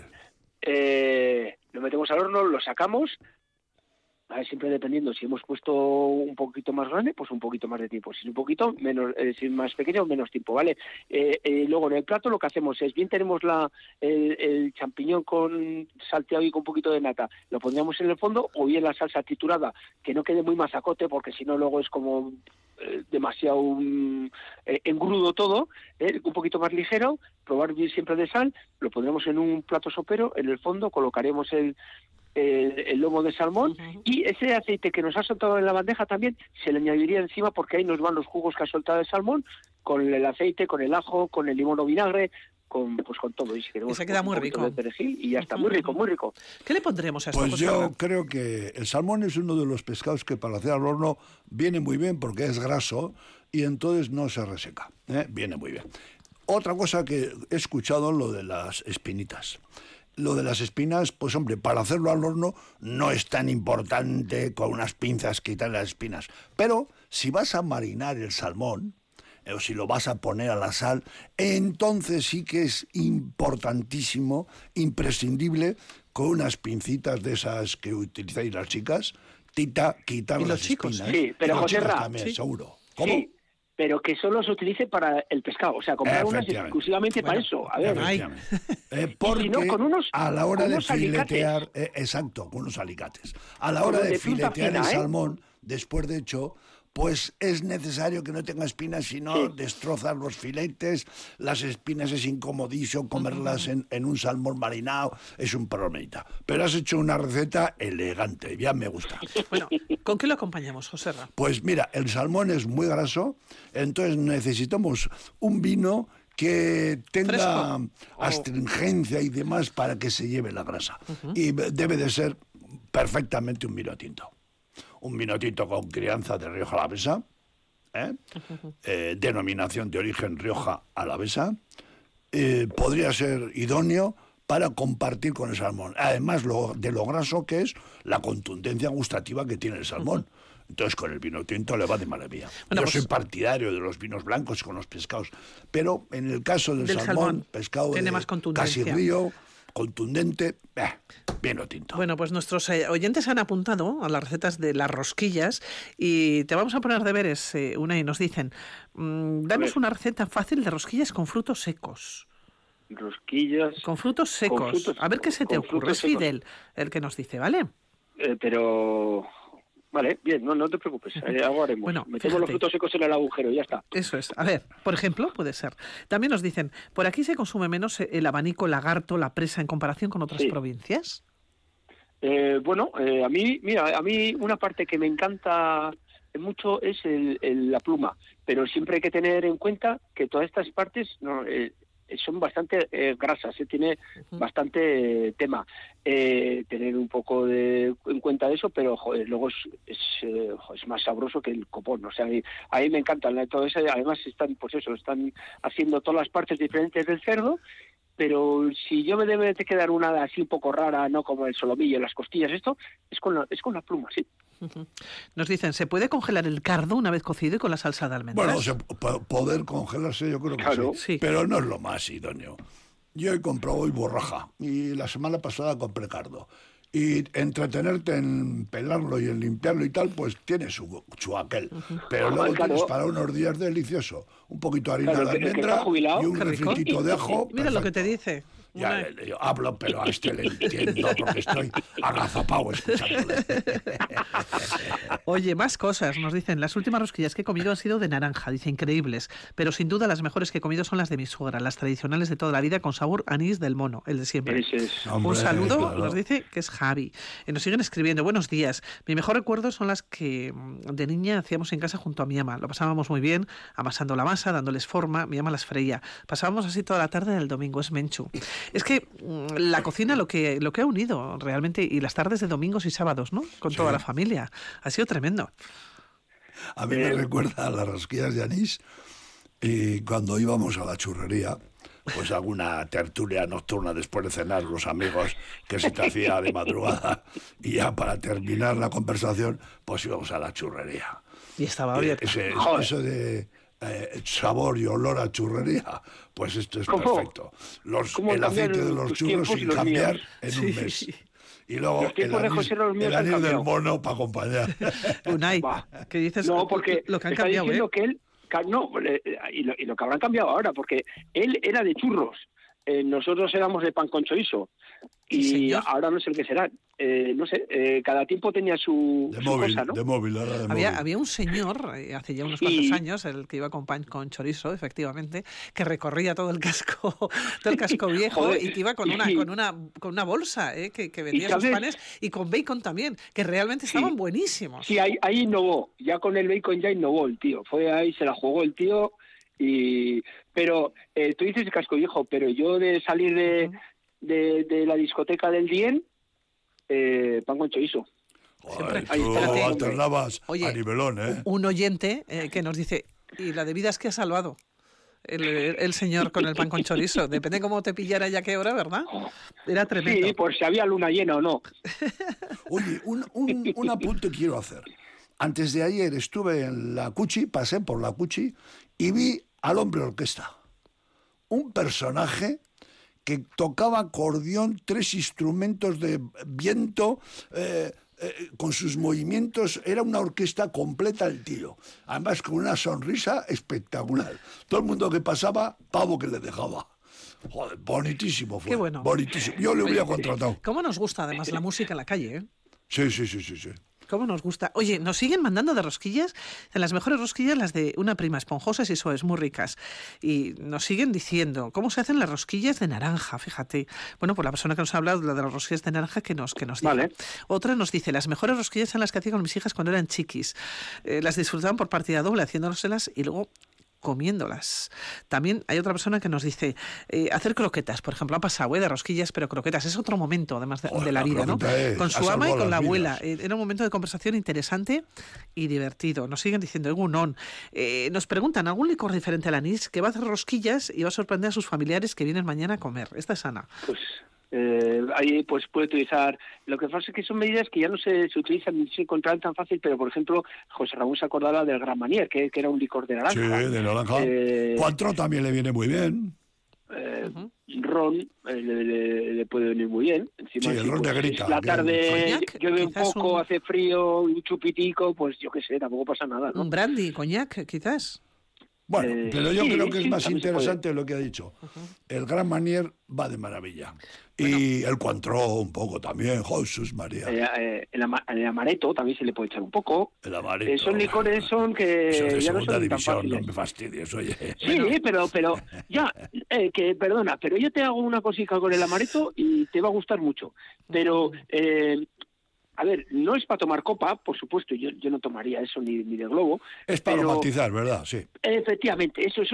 lo metemos al horno, lo sacamos. Siempre dependiendo, si hemos puesto un poquito más grande, pues un poquito más de tiempo, si es un poquito menos, si es más pequeño, menos tiempo, ¿vale? Luego en el plato lo que hacemos es, bien tenemos el champiñón con salteado y con un poquito de nata, lo pondríamos en el fondo, o bien la salsa triturada, que no quede muy mazacote, porque si no luego es como demasiado engrudo todo, un poquito más ligero, probar bien siempre de sal, lo pondremos en un plato sopero, en el fondo colocaremos el lomo de salmón, y ese aceite que nos ha soltado en la bandeja también se le añadiría encima, porque ahí nos van los jugos que ha soltado el salmón, con el aceite, con el ajo, con el limón o vinagre, con todo. Y si queremos, se queda muy rico. De perejil, y ya está, muy rico, muy rico. ¿Qué le pondremos a esto? Pues yo creo que el salmón es uno de los pescados que para hacer al horno viene muy bien, porque es graso y entonces no se reseca, viene muy bien. Otra cosa que he escuchado, lo de las espinitas. Lo de las espinas, pues hombre, para hacerlo al horno no es tan importante con unas pinzas quitar las espinas. Pero si vas a marinar el salmón, o si lo vas a poner a la sal, entonces sí que es importantísimo, imprescindible, con unas pincitas de esas que utilizáis las chicas, quitar las espinas. Sí, pero José Ra, también, seguro. ¿Cómo? Sí. Pero que solo se utilice para el pescado, o sea, comprar unas exclusivamente para eso. A ver, porque si no, con unos, a la hora de filetear, alicates. Exacto, con unos alicates. A la hora de filetear el salmón, después de hecho, pues es necesario que no tenga espinas, si no destrozas los filetes, las espinas es incomodísimo, comerlas en un salmón marinado, es un problemita. Pero has hecho una receta elegante, ya me gusta. Bueno, ¿con qué lo acompañamos, Joserra? Pues mira, el salmón es muy graso, entonces necesitamos un vino que tenga astringencia y demás para que se lleve la grasa. Y debe de ser perfectamente un vino tinto. Un vino tinto con crianza de Rioja Alavesa, denominación de origen Rioja Alavesa, podría ser idóneo para compartir con el salmón. Además de lo graso que es, la contundencia gustativa que tiene el salmón. Entonces con el vino tinto le va de maravilla. Bueno, yo soy partidario de los vinos blancos con los pescados, pero en el caso del salmón, pescado tiene más contundencia. Casi río, contundente, vino tinto. Bueno, pues nuestros oyentes han apuntado a las recetas de las rosquillas y te vamos a poner deberes, Unai, nos dicen, danos una receta fácil de rosquillas con frutos secos. Rosquillas... Con frutos secos. A ver qué se te ocurre. Es Fidel el que nos dice, ¿vale? Pero... Vale, bien, no te preocupes, algo haremos. Bueno, metemos los frutos secos en el agujero, ya está. Eso es. A ver, por ejemplo, puede ser. También nos dicen, ¿por aquí se consume menos el abanico, lagarto, la presa en comparación con otras provincias? A mí una parte que me encanta mucho es la pluma, pero siempre hay que tener en cuenta que todas estas partes son bastante grasas, tiene bastante tema. Tener un poco en cuenta de eso, pero luego es más sabroso que el copón. O sea, ahí me encantan. Todo eso, además están haciendo todas las partes diferentes del cerdo, pero si yo me debe de quedar una así un poco rara, no como el solomillo, las costillas, esto es con la pluma, sí. Nos dicen, ¿se puede congelar el cardo una vez cocido y con la salsa de almendras? Bueno, poder congelarse yo creo que sí, pero no es lo más idóneo. Yo he comprado hoy borraja y la semana pasada compré cardo. Y entretenerte en pelarlo y en limpiarlo y tal, pues tiene su aquel. Pero luego tienes para unos días delicioso. Un poquito de harina de almendra y un refritito de ajo. Mira lo que te dice. Ya, yo hablo, pero a este le entiendo porque estoy agazapado escuchándole. Oye, más cosas. Nos dicen, las últimas rosquillas que he comido han sido de naranja, dice, increíbles. Pero sin duda las mejores que he comido son las de mi suegra, las tradicionales de toda la vida con sabor anís del mono, el de siempre. Un saludo, claro. Nos dice que es Javi. Nos siguen escribiendo, buenos días. Mi mejor recuerdo son las que de niña hacíamos en casa junto a mi ama. Lo pasábamos muy bien, amasando la masa, dándoles forma, mi ama las freía. Pasábamos así toda la tarde del domingo, es Menchu. Es que la cocina lo que ha unido realmente, y las tardes de domingos y sábados, ¿no? Con toda la familia. Ha sido tremendo. A mí me recuerda a las rosquillas de anís y cuando íbamos a la churrería, pues alguna tertulia nocturna después de cenar los amigos que se te hacía de madrugada y ya para terminar la conversación, pues íbamos a la churrería. Y estaba bien. Eso de... sabor y olor a churrería, pues esto es perfecto. El aceite de los churros sin cambiar en un mes. Y luego el anís del mono para acompañar. Unai, ¿qué dices? No, porque lo que han está cambiado, diciendo que él... No, y lo que habrán cambiado ahora, porque él era de churros. Nosotros éramos de pan con chorizo. Y ahora no sé el que será. No sé, cada tiempo tenía su cosa, ¿no? De móvil, ahora de móvil. Había un señor, hace ya unos cuantos años, el que iba con pan con chorizo, efectivamente, que recorría todo el casco viejo. Joder, y que iba con una bolsa, que vendía sus panes, y con bacon también, que realmente estaban buenísimos. Sí, ahí innovó. Ya con el bacon ya innovó el tío. Fue ahí, se la jugó el tío. Pero tú dices el casco viejo, pero yo de salir de la discoteca del Dien, pan con chorizo. Tú alternabas a nivelón, ¿eh? Un oyente que nos dice, y la de vidas que ha salvado el señor con el pan con chorizo. Depende cómo te pillara ya qué hora, ¿verdad? Era tremendo. Sí, por si había luna llena o no. Oye, un apunte quiero hacer. Antes de ayer estuve en la Cuchi, pasé por la Cuchi y vi al hombre orquesta. Un personaje que tocaba acordeón, 3 instrumentos de viento, con sus movimientos. Era una orquesta completa el tío. Además con una sonrisa espectacular. Todo el mundo que pasaba, pavo que le dejaba. Joder, bonitísimo fue. Qué bueno. Bonitísimo. Yo le hubiera contratado. ¿Cómo nos gusta además la música en la calle, eh? Sí. ¿Cómo nos gusta? Oye, nos siguen mandando de rosquillas, en las mejores rosquillas, las de una prima, esponjosas y suaves, muy ricas. Y nos siguen diciendo cómo se hacen las rosquillas de naranja, fíjate. Bueno, pues la persona que nos ha hablado de las rosquillas de naranja que nos diga. Vale. Otra nos dice, las mejores rosquillas son las que hacía con mis hijas cuando eran chiquis. Las disfrutaban por partida doble, haciéndoselas y luego comiéndolas. También hay otra persona que nos dice hacer croquetas, por ejemplo, ha pasado de rosquillas, pero croquetas es otro momento además de la vida, ¿no? Con su ama y con la abuela. Era un momento de conversación interesante y divertido. Nos siguen diciendo Egunon. Nos preguntan, ¿algún licor diferente al anís que va a hacer rosquillas y va a sorprender a sus familiares que vienen mañana a comer? Esta es Ana. Pues ahí pues puede utilizar. Lo que pasa es que son medidas que ya no se utilizan ni se encontraban tan fácil, pero por ejemplo José Ramón se acordaba del Gran Marnier, que era un licor de naranja. Sí, de naranja. Cointreau también le viene muy bien. Ron le puede venir muy bien. Encima, sí, el ron negrita. La tarde llueve un poco, hace frío, un chupitico, pues yo qué sé, tampoco pasa nada, ¿no? Un brandy, coñac, quizás. Bueno, pero yo creo que es más interesante lo que ha dicho. El Gran Marnier va de maravilla. Bueno. Y el Cointreau un poco también, Jesús María. El amaretto también se le puede echar un poco. El amaretto. Son licores que eso de ya no son división, tan fáciles. No me fastidies, oye. Sí, pero ya, perdona, pero yo te hago una cosita con el amaretto y te va a gustar mucho. Pero... a ver, no es para tomar copa, por supuesto, yo no tomaría eso ni de globo. Es para romantizar, ¿verdad? Sí. Efectivamente, eso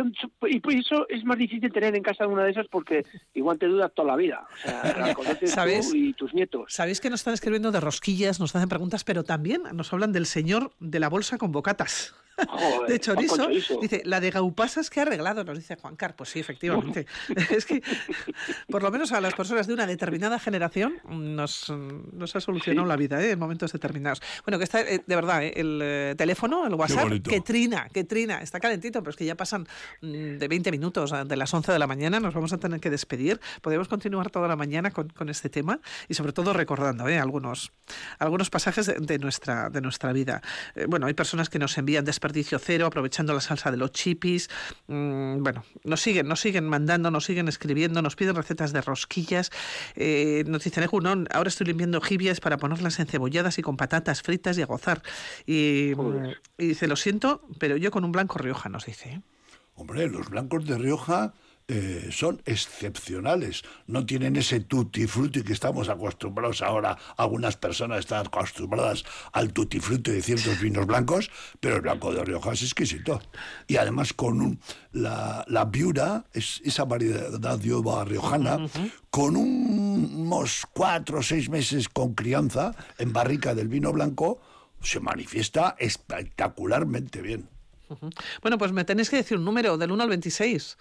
es más difícil tener en casa una de esas porque igual te dura toda la vida. O sea, la conoces tú y tus nietos. Sabéis que nos están escribiendo de rosquillas, nos hacen preguntas, pero también nos hablan del señor de la bolsa con bocatas. Joder, de chorizo. Dice, la de gaupasas que ha arreglado, nos dice Juan Car. Pues sí, efectivamente. Es que, por lo menos a las personas de una determinada generación, nos ha solucionado la vida, en momentos determinados. Bueno, que está, de verdad, el teléfono, el WhatsApp, que trina, está calentito, pero es que ya pasan de 20 minutos, de las 11 de la mañana, nos vamos a tener que despedir. Podemos continuar toda la mañana con este tema y sobre todo recordando algunos pasajes de nuestra vida. Bueno, hay personas que nos envían desperdicio cero, aprovechando la salsa de los chipis. Bueno, nos siguen mandando, nos siguen escribiendo, nos piden recetas de rosquillas. Nos dicen, ahora estoy limpiando jibias para ponerlas encebolladas y con patatas fritas y a gozar. Y dice, lo siento, pero yo con un blanco Rioja, nos dice. Hombre, los blancos de Rioja son excepcionales. No tienen ese tutti frutti que estamos acostumbrados ahora. Algunas personas están acostumbradas al tutti frutti de ciertos vinos blancos, pero el blanco de Rioja es exquisito. Y además con la Viura, esa variedad de uva riojana, con unos 4 o 6 meses con crianza en barrica del vino blanco, se manifiesta espectacularmente bien. Bueno, pues me tenéis que decir un número del 1 al 26.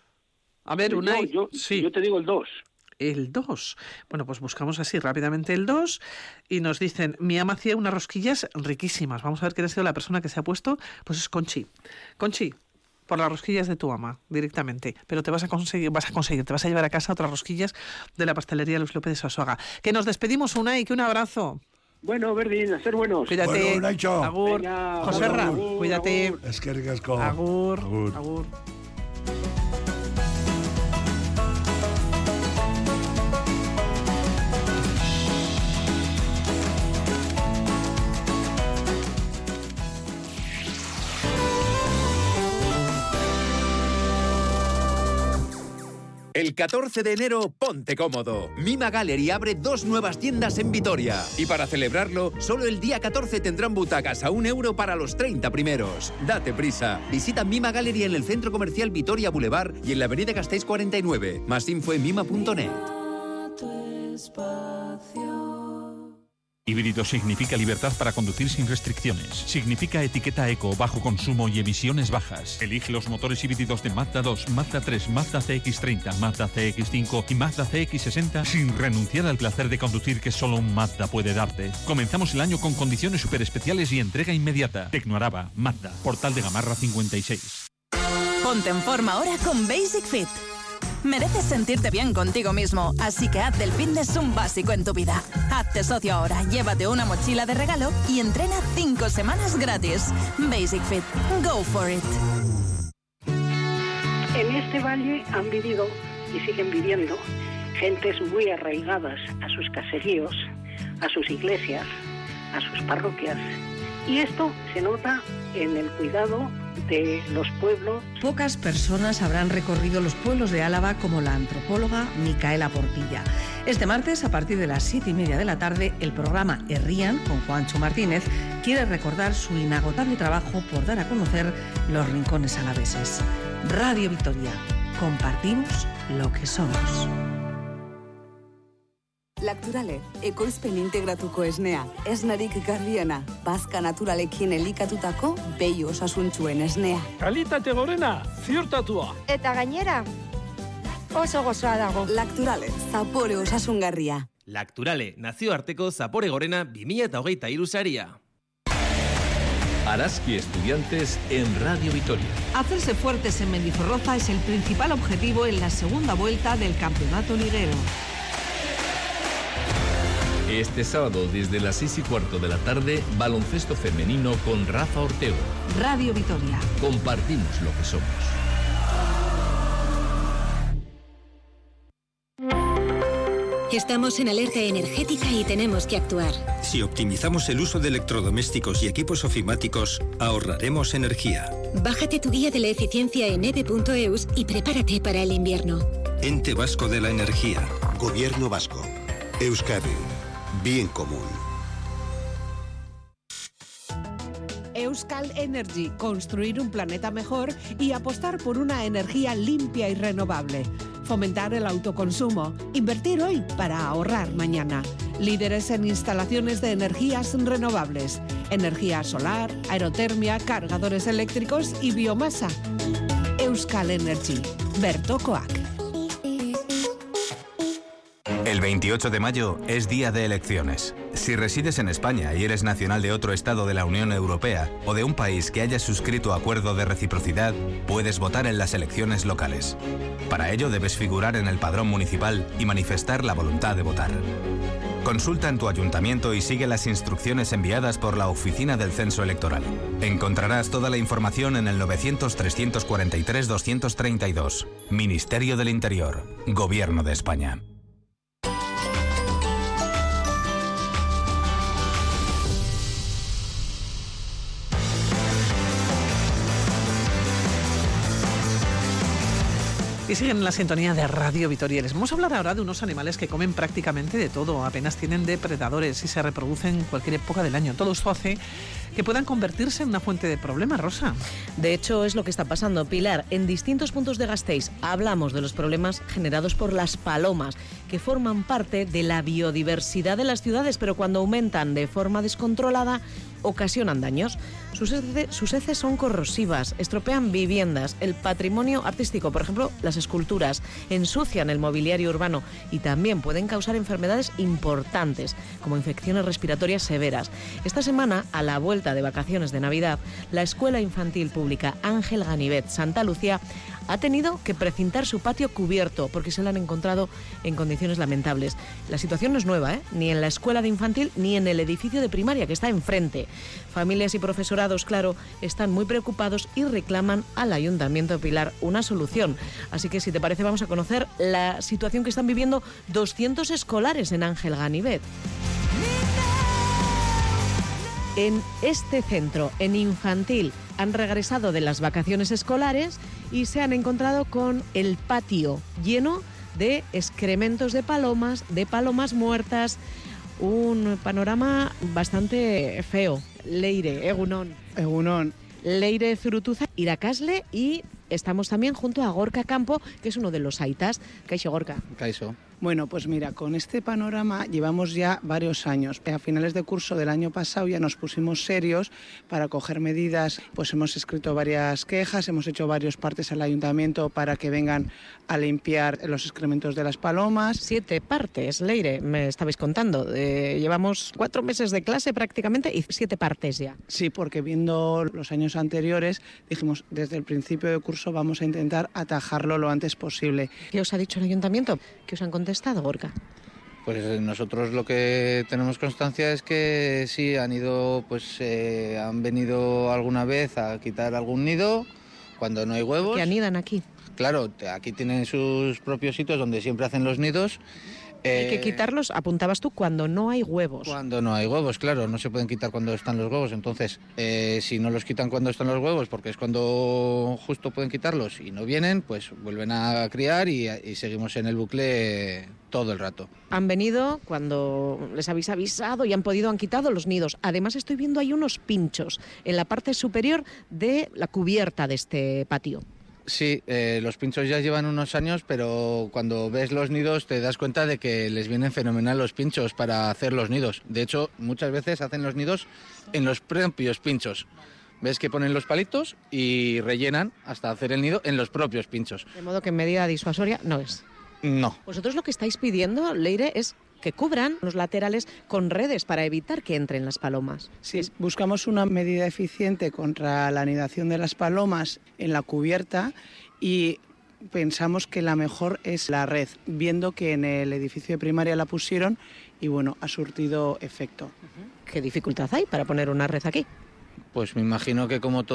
A ver, Unai. Yo te digo el 2. El 2. Bueno, pues buscamos así rápidamente el 2 y nos dicen, mi ama hacía unas rosquillas riquísimas. Vamos a ver quién ha sido la persona que se ha puesto. Pues es Conchi. Conchi, por las rosquillas de tu ama, directamente. Pero te vas a conseguir, te vas a llevar a casa otras rosquillas de la pastelería Luis López de Sosoaga. Que nos despedimos, Unai, que un abrazo. Bueno, Berdín, a ser buenos. Cuídate. Bueno, agur. Joserra, cuídate. Agur. Es que ricasco. Agur. Agur. El 14 de enero, ponte cómodo. Mima Gallery abre 2 nuevas tiendas en Vitoria. Y para celebrarlo, solo el día 14 tendrán butacas a €1 para los 30 primeros. Date prisa. Visita Mima Gallery en el Centro Comercial Vitoria Boulevard y en la Avenida Gasteiz 49. Más info en mima.net. Híbrido significa libertad para conducir sin restricciones. Significa etiqueta eco, bajo consumo y emisiones bajas. Elige los motores híbridos de Mazda 2, Mazda 3, Mazda CX-30, Mazda CX-5 y Mazda CX-60 sin renunciar al placer de conducir que solo un Mazda puede darte. Comenzamos el año con condiciones súper especiales y entrega inmediata. Tecnoaraba, Mazda, Portal de Gamarra 56. Ponte en forma ahora con Basic Fit. Mereces sentirte bien contigo mismo, así que haz del fitness un básico en tu vida. Hazte socio ahora, llévate una mochila de regalo y entrena 5 semanas gratis. Basic Fit, go for it. En este valle han vivido y siguen viviendo gentes muy arraigadas a sus caseríos, a sus iglesias, a sus parroquias. Y esto se nota en el cuidado de los pueblos. Pocas personas habrán recorrido los pueblos de Álava como la antropóloga Micaela Portilla. Este martes, a partir de las 7:30 de la tarde, el programa Herrían, con Juancho Martínez, quiere recordar su inagotable trabajo por dar a conocer los rincones alaveses. Radio Vitoria. Compartimos lo que somos. Lacturale, ekoizpen integratuko esnea, esnarik garbiena, bazka naturalekin elikatutako behi osasuntsuen esnea. Kalitate gorena, ziurtatua. Eta gainera, oso gozoa dago. Lacturale, zapore osasungarria. Lacturale, nazioarteko zapore gorena 2023 saria. Araski Estudiantes en Radio Vitoria. Hacerse fuertes en Mendizorroza es el principal objetivo en la segunda vuelta del campeonato liguero. Este sábado, desde las 6:15 de la tarde, baloncesto femenino con Rafa Ortego. Radio Vitoria. Compartimos lo que somos. Estamos en alerta energética y tenemos que actuar. Si optimizamos el uso de electrodomésticos y equipos ofimáticos, ahorraremos energía. Bájate tu guía de la eficiencia en eve.eus y prepárate para el invierno. Ente Vasco de la Energía. Gobierno Vasco. Euskadi. Bien común. Euskal Energy, construir un planeta mejor y apostar por una energía limpia y renovable. Fomentar el autoconsumo, invertir hoy para ahorrar mañana. Líderes en instalaciones de energías renovables, energía solar, aerotermia, cargadores eléctricos y biomasa. Euskal Energy, Bertokoak. El 28 de mayo es día de elecciones. Si resides en España y eres nacional de otro estado de la Unión Europea o de un país que haya suscrito acuerdo de reciprocidad, puedes votar en las elecciones locales. Para ello debes figurar en el padrón municipal y manifestar la voluntad de votar. Consulta en tu ayuntamiento y sigue las instrucciones enviadas por la Oficina del Censo Electoral. Encontrarás toda la información en el 900-343-232. Ministerio del Interior. Gobierno de España. Y siguen en la sintonía de Radio Vitoria. Les vamos a hablar ahora de unos animales que comen prácticamente de todo, apenas tienen depredadores y se reproducen en cualquier época del año. Todo esto hace que puedan convertirse en una fuente de problemas, Rosa. De hecho, es lo que está pasando, Pilar. En distintos puntos de Gasteiz hablamos de los problemas generados por las palomas, que forman parte de la biodiversidad de las ciudades, pero cuando aumentan de forma descontrolada, ocasionan daños. Sus heces son corrosivas, estropean viviendas, el patrimonio artístico, por ejemplo, las esculturas, ensucian el mobiliario urbano y también pueden causar enfermedades importantes, como infecciones respiratorias severas. Esta semana, a la vuelta de vacaciones de Navidad, la Escuela Infantil Pública Ángel Ganivet Santa Lucía ha tenido que precintar su patio cubierto porque se lo han encontrado en condiciones lamentables. La situación no es nueva, ni en la escuela de infantil ni en el edificio de primaria que está enfrente. Familias y profesorados, claro, están muy preocupados y reclaman al Ayuntamiento de Pilar una solución. Así que, si te parece, vamos a conocer la situación que están viviendo 200 escolares en Ángel Ganivet. En este centro, en infantil, han regresado de las vacaciones escolares y se han encontrado con el patio lleno de excrementos de palomas muertas. Un panorama bastante feo. Leire, Egunon. Leire Zurutuza, Irakasle, y estamos también junto a Gorka Campo, que es uno de los aitas. Kaixo, Gorka. Kaixo. Bueno, pues mira, con este panorama llevamos ya varios años. A finales de curso del año pasado ya nos pusimos serios para coger medidas. Pues hemos escrito varias quejas, hemos hecho varios partes al ayuntamiento para que vengan a limpiar los excrementos de las palomas. 7 partes, Leire, me estabais contando. Llevamos 4 meses de clase prácticamente y 7 partes ya. Sí, porque viendo los años anteriores dijimos, desde el principio de curso vamos a intentar atajarlo lo antes posible. ¿Qué os ha dicho el ayuntamiento? ¿Qué os han contestado, Gorka? Pues nosotros lo que tenemos constancia es que sí, han venido alguna vez a quitar algún nido cuando no hay huevos. ¿Que anidan aquí? Claro, aquí tienen sus propios sitios donde siempre hacen los nidos Hay que quitarlos, apuntabas tú, cuando no hay huevos. Cuando no hay huevos, claro, no se pueden quitar cuando están los huevos. Entonces, si no los quitan cuando están los huevos, porque es cuando justo pueden quitarlos y no vienen, pues vuelven a criar y seguimos en el bucle todo el rato. Han venido cuando les habéis avisado y han quitado los nidos. Además, estoy viendo ahí unos pinchos en la parte superior de la cubierta de este patio. Sí, los pinchos ya llevan unos años, pero cuando ves los nidos te das cuenta de que les vienen fenomenal los pinchos para hacer los nidos. De hecho, muchas veces hacen los nidos en los propios pinchos. Ves que ponen los palitos y rellenan hasta hacer el nido en los propios pinchos. De modo que en medida disuasoria no es. No. Vosotros lo que estáis pidiendo, Leire, es que cubran los laterales con redes para evitar que entren las palomas. Sí, buscamos una medida eficiente contra la anidación de las palomas en la cubierta y pensamos que la mejor es la red, viendo que en el edificio de primaria la pusieron y bueno, ha surtido efecto. ¿Qué dificultad hay para poner una red aquí? Pues me imagino que como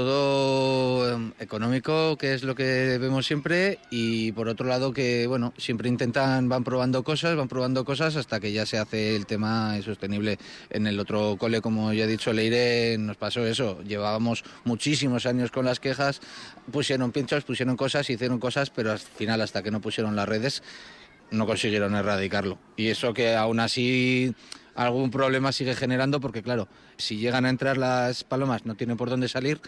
todo económico, que es lo que vemos siempre, y por otro lado que, bueno, siempre van probando cosas hasta que ya se hace el tema sostenible. En el otro cole, como ya he dicho, Leire, nos pasó eso. Llevábamos muchísimos años con las quejas, pusieron pinchos, pusieron cosas, hicieron cosas, pero al final, hasta que no pusieron las redes, no consiguieron erradicarlo. Y eso que aún así algún problema sigue generando porque, claro, si llegan a entrar las palomas no tienen por dónde salir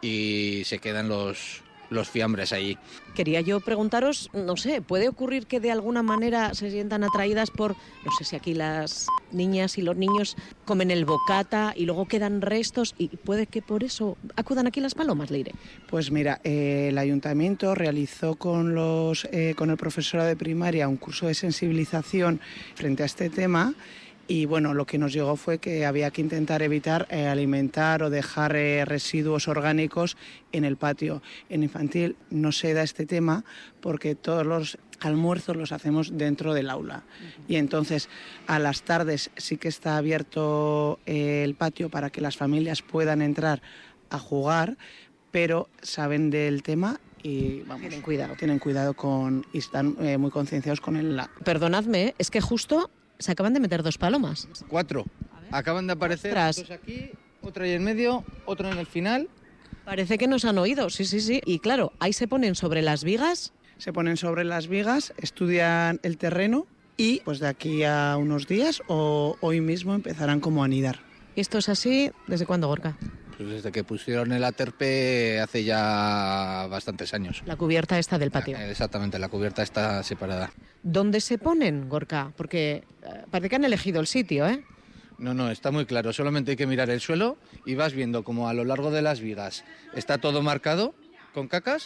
y se quedan los fiambres allí. Quería yo preguntaros, no sé, ¿puede ocurrir que de alguna manera se sientan atraídas por, no sé si aquí las niñas y los niños comen el bocata y luego quedan restos y puede que por eso acudan aquí las palomas, Leire? Pues mira, el ayuntamiento realizó con el profesorado de primaria un curso de sensibilización frente a este tema. Y bueno, lo que nos llegó fue que había que intentar evitar alimentar o dejar residuos orgánicos en el patio. En infantil no se da este tema porque todos los almuerzos los hacemos dentro del aula. Y entonces a las tardes sí que está abierto el patio para que las familias puedan entrar a jugar, pero saben del tema y vamos, tienen cuidado y están muy concienciados con el... Perdonadme, es que justo se acaban de meter 2 palomas. 4. Acaban de aparecer 2 aquí, otra ahí en medio, otro en el final. Parece que nos han oído, sí. Y claro, ahí se ponen sobre las vigas. Se ponen sobre las vigas, estudian el terreno y pues de aquí a unos días o hoy mismo empezarán como a anidar. ¿Y esto es así desde cuándo, Gorka? Pues desde que pusieron el aterpe hace ya bastantes años. La cubierta está del patio. Exactamente, la cubierta está separada. ¿Dónde se ponen, Gorka? Porque parece que han elegido el sitio, ¿eh? No, está muy claro. Solamente hay que mirar el suelo y vas viendo como a lo largo de las vigas está todo marcado con cacas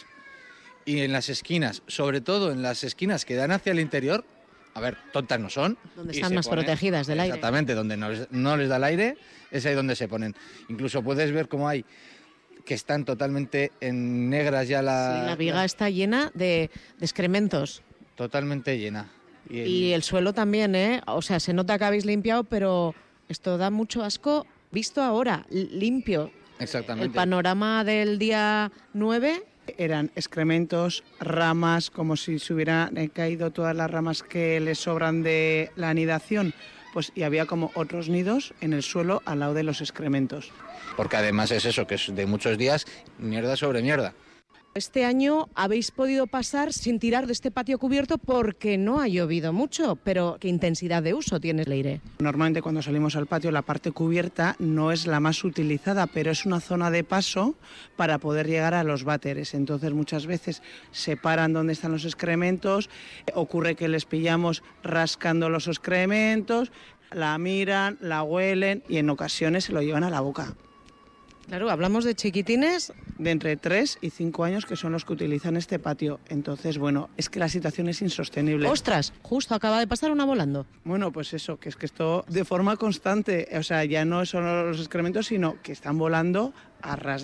y en las esquinas, sobre todo en las esquinas que dan hacia el interior, a ver, tontas no son. Donde están más protegidas del aire. Exactamente, donde no les da el aire, es ahí donde se ponen. Incluso puedes ver cómo hay que están totalmente en negras ya la viga está llena de excrementos. Totalmente llena. Y el suelo también, ¿eh? O sea, se nota que habéis limpiado, pero esto da mucho asco visto ahora, limpio. Exactamente. El panorama del día 9... Eran excrementos, ramas, como si se hubieran caído todas las ramas que les sobran de la anidación, pues y había como otros nidos en el suelo al lado de los excrementos. Porque además es eso, que es de muchos días, mierda sobre mierda. Este año habéis podido pasar sin tirar de este patio cubierto porque no ha llovido mucho, pero ¿qué intensidad de uso tiene, Leire? Normalmente cuando salimos al patio la parte cubierta no es la más utilizada, pero es una zona de paso para poder llegar a los váteres. Entonces muchas veces se paran donde están los excrementos, ocurre que les pillamos rascando los excrementos, la miran, la huelen y en ocasiones se lo llevan a la boca. Claro, hablamos de chiquitines de entre 3 y 5 años que son los que utilizan este patio. Entonces, bueno, es que la situación es insostenible. ¡Ostras! Justo acaba de pasar una volando. Bueno, pues eso, que es que esto de forma constante, o sea, ya no son los excrementos, sino que están volando a ras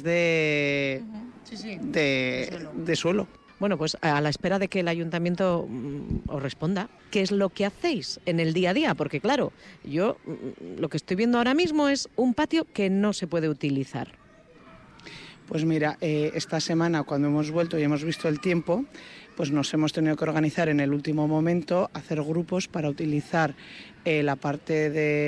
de suelo. Bueno, pues a la espera de que el ayuntamiento os responda, ¿qué es lo que hacéis en el día a día? Porque claro, yo lo que estoy viendo ahora mismo es un patio que no se puede utilizar. Pues mira, esta semana cuando hemos vuelto y hemos visto el tiempo, pues nos hemos tenido que organizar en el último momento, hacer grupos para utilizar la parte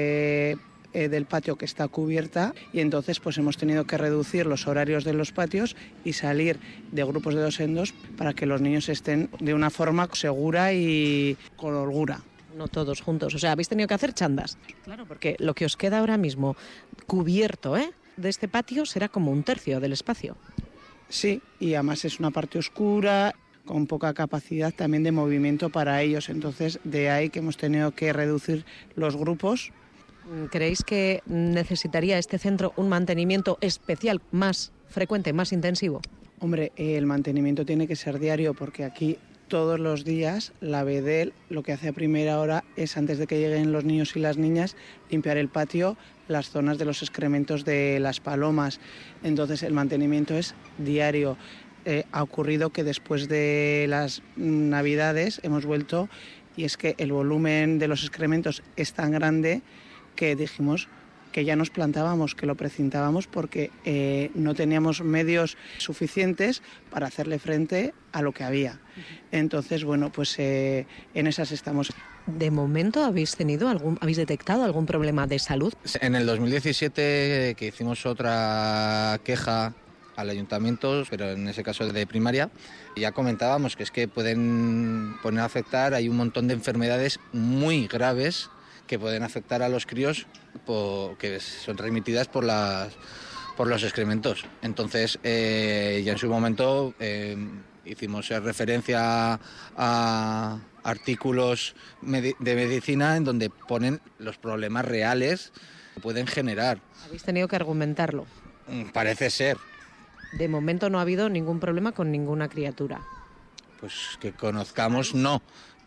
del patio que está cubierta, y entonces pues hemos tenido que reducir los horarios de los patios y salir de grupos de 2 en 2 para que los niños estén de una forma segura y con holgura. No todos juntos, o sea, habéis tenido que hacer chandas. Claro, porque lo que os queda ahora mismo cubierto, de este patio será como 1/3 del espacio. Sí, y además es una parte oscura, con poca capacidad también de movimiento para ellos, entonces de ahí que hemos tenido que reducir los grupos. ¿Creéis que necesitaría este centro un mantenimiento especial más frecuente, más intensivo? Hombre, el mantenimiento tiene que ser diario, porque aquí todos los días la BEDEL lo que hace a primera hora es, antes de que lleguen los niños y las niñas, limpiar el patio, las zonas de los excrementos de las palomas. Entonces el mantenimiento es diario. Ha ocurrido que después de las Navidades hemos vuelto, y es que el volumen de los excrementos es tan grande que dijimos que ya nos plantábamos, que lo precintábamos, porque no teníamos medios suficientes para hacerle frente a lo que había. Entonces, bueno, pues en esas estamos. ¿De momento habéis detectado algún problema de salud? En el 2017, que hicimos otra queja al ayuntamiento, pero en ese caso de primaria, ya comentábamos que es que pueden poner a afectar, hay un montón de enfermedades muy graves que pueden afectar a los críos, que son remitidas por los excrementos. Entonces, ya en su momento hicimos referencia a artículos de medicina en donde ponen los problemas reales que pueden generar. ¿Habéis tenido que argumentarlo? Parece ser. De momento no ha habido ningún problema con ninguna criatura. Pues que conozcamos, no.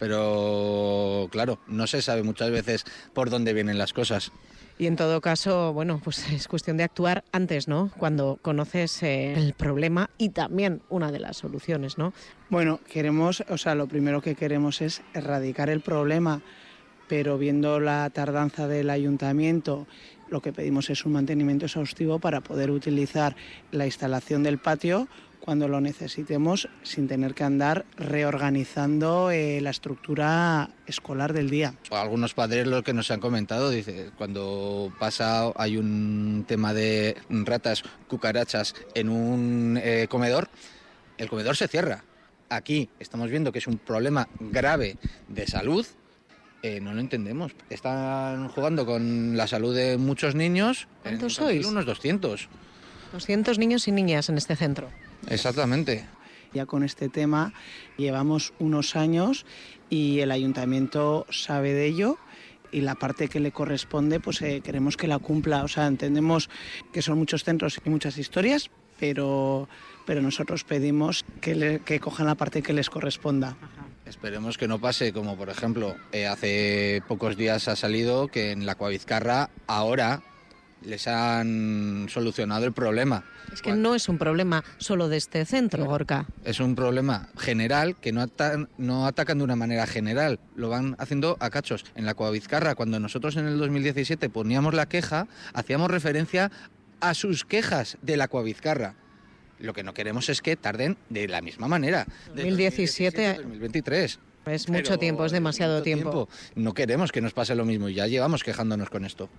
Pero claro, no se sabe muchas veces por dónde vienen las cosas. Y en todo caso, bueno, pues es cuestión de actuar antes, ¿no? Cuando conoces el problema y también una de las soluciones, ¿no? Bueno, lo primero que queremos es erradicar el problema, pero viendo la tardanza del ayuntamiento, lo que pedimos es un mantenimiento exhaustivo para poder utilizar la instalación del patio cuando lo necesitemos, sin tener que andar reorganizando la estructura escolar del día. Algunos padres lo que nos han comentado, dice, cuando hay un tema de ratas, cucarachas en un comedor, el comedor se cierra. Aquí estamos viendo que es un problema grave de salud. No lo entendemos. Están jugando con la salud de muchos niños. ¿Cuántos sois? Unos 200. 200 niños y niñas en este centro. Exactamente. Ya con este tema llevamos unos años y el ayuntamiento sabe de ello, y la parte que le corresponde pues queremos que la cumpla. O sea, entendemos que son muchos centros y muchas historias, pero nosotros pedimos que cojan la parte que les corresponda. Esperemos que no pase como, por ejemplo, hace pocos días ha salido que en la Coavizcarra ahora les han solucionado el problema. Es que no es un problema solo de este centro, Gorka. Es un problema general que no atacan de una manera general, lo van haciendo a cachos. En la Coavizcarra, cuando nosotros en el 2017 poníamos la queja, hacíamos referencia a sus quejas de la Coavizcarra. Lo que no queremos es que tarden de la misma manera. 2017 a 2023. Es mucho tiempo, es demasiado tiempo. No queremos que nos pase lo mismo y ya llevamos quejándonos con esto.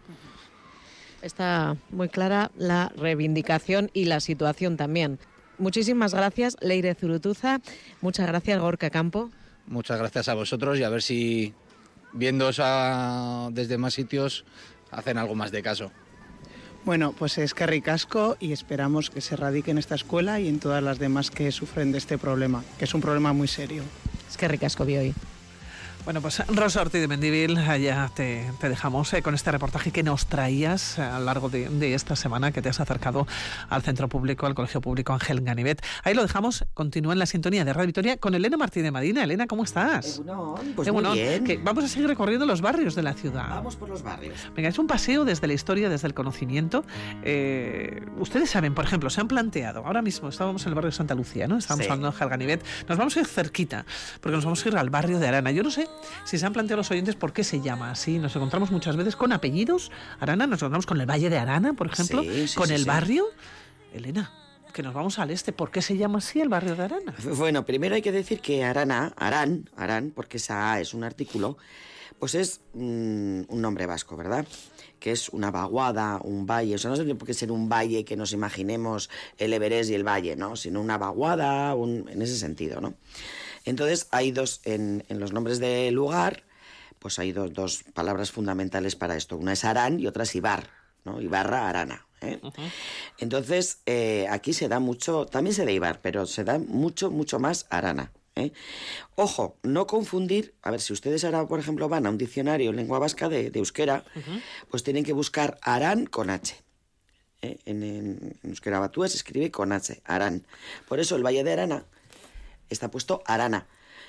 Está muy clara la reivindicación y la situación también. Muchísimas gracias, Leire Zurutuza. Muchas gracias, Gorka Campo. Muchas gracias a vosotros, y a ver si, viéndoos desde más sitios, hacen algo más de caso. Bueno, pues es que ricasco, y esperamos que se erradique en esta escuela y en todas las demás que sufren de este problema, que es un problema muy serio. Es que ricasco, Bioy. Bueno, pues Rosa Ortiz de Mendívil, ya te dejamos con este reportaje que nos traías a lo largo de esta semana, que te has acercado al Centro Público, al Colegio Público Ángel Ganivet. Ahí lo dejamos, continúa en la sintonía de Radio Victoria con Elena Martínez de Madina. Elena, ¿cómo estás? Pues muy bien. Que vamos a seguir recorriendo los barrios de la ciudad. Vamos por los barrios. Venga, es un paseo desde la historia, desde el conocimiento. Ustedes saben, por ejemplo, se han planteado, ahora mismo estábamos en el barrio de Santa Lucía, ¿no? Estábamos hablando de Ángel Ganivet. Nos vamos a ir cerquita, porque nos vamos a ir al barrio de Arana. Yo no sé si se han planteado los oyentes por qué se llama así. Nos encontramos muchas veces con apellidos Arana, nos encontramos con el Valle de Arana, por ejemplo, con el barrio. Elena. que nos vamos al este. ¿Por qué se llama así el barrio de Arana? Bueno, primero hay que decir que Arán, porque esa A es un artículo, pues es un nombre vasco, ¿verdad? Que es una vaguada, un valle. O sea, no tiene por qué ser un valle que nos imaginemos el Everest y el valle, ¿no? Sino una vaguada, en ese sentido, ¿no? Entonces, hay dos, en los nombres de lugar, pues hay dos palabras fundamentales para esto. Una es Arán y otra es Ibar, ¿no? Ibarra, Arana. Entonces, aquí se da mucho, también se da Ibar, pero se da mucho más Arana. Ojo, no confundir, a ver, si ustedes ahora, por ejemplo, van a un diccionario en lengua vasca de euskera, pues tienen que buscar Arán con H. En euskera batúa se escribe con H, Arán. Por eso el Valle de Arana está puesto Arana.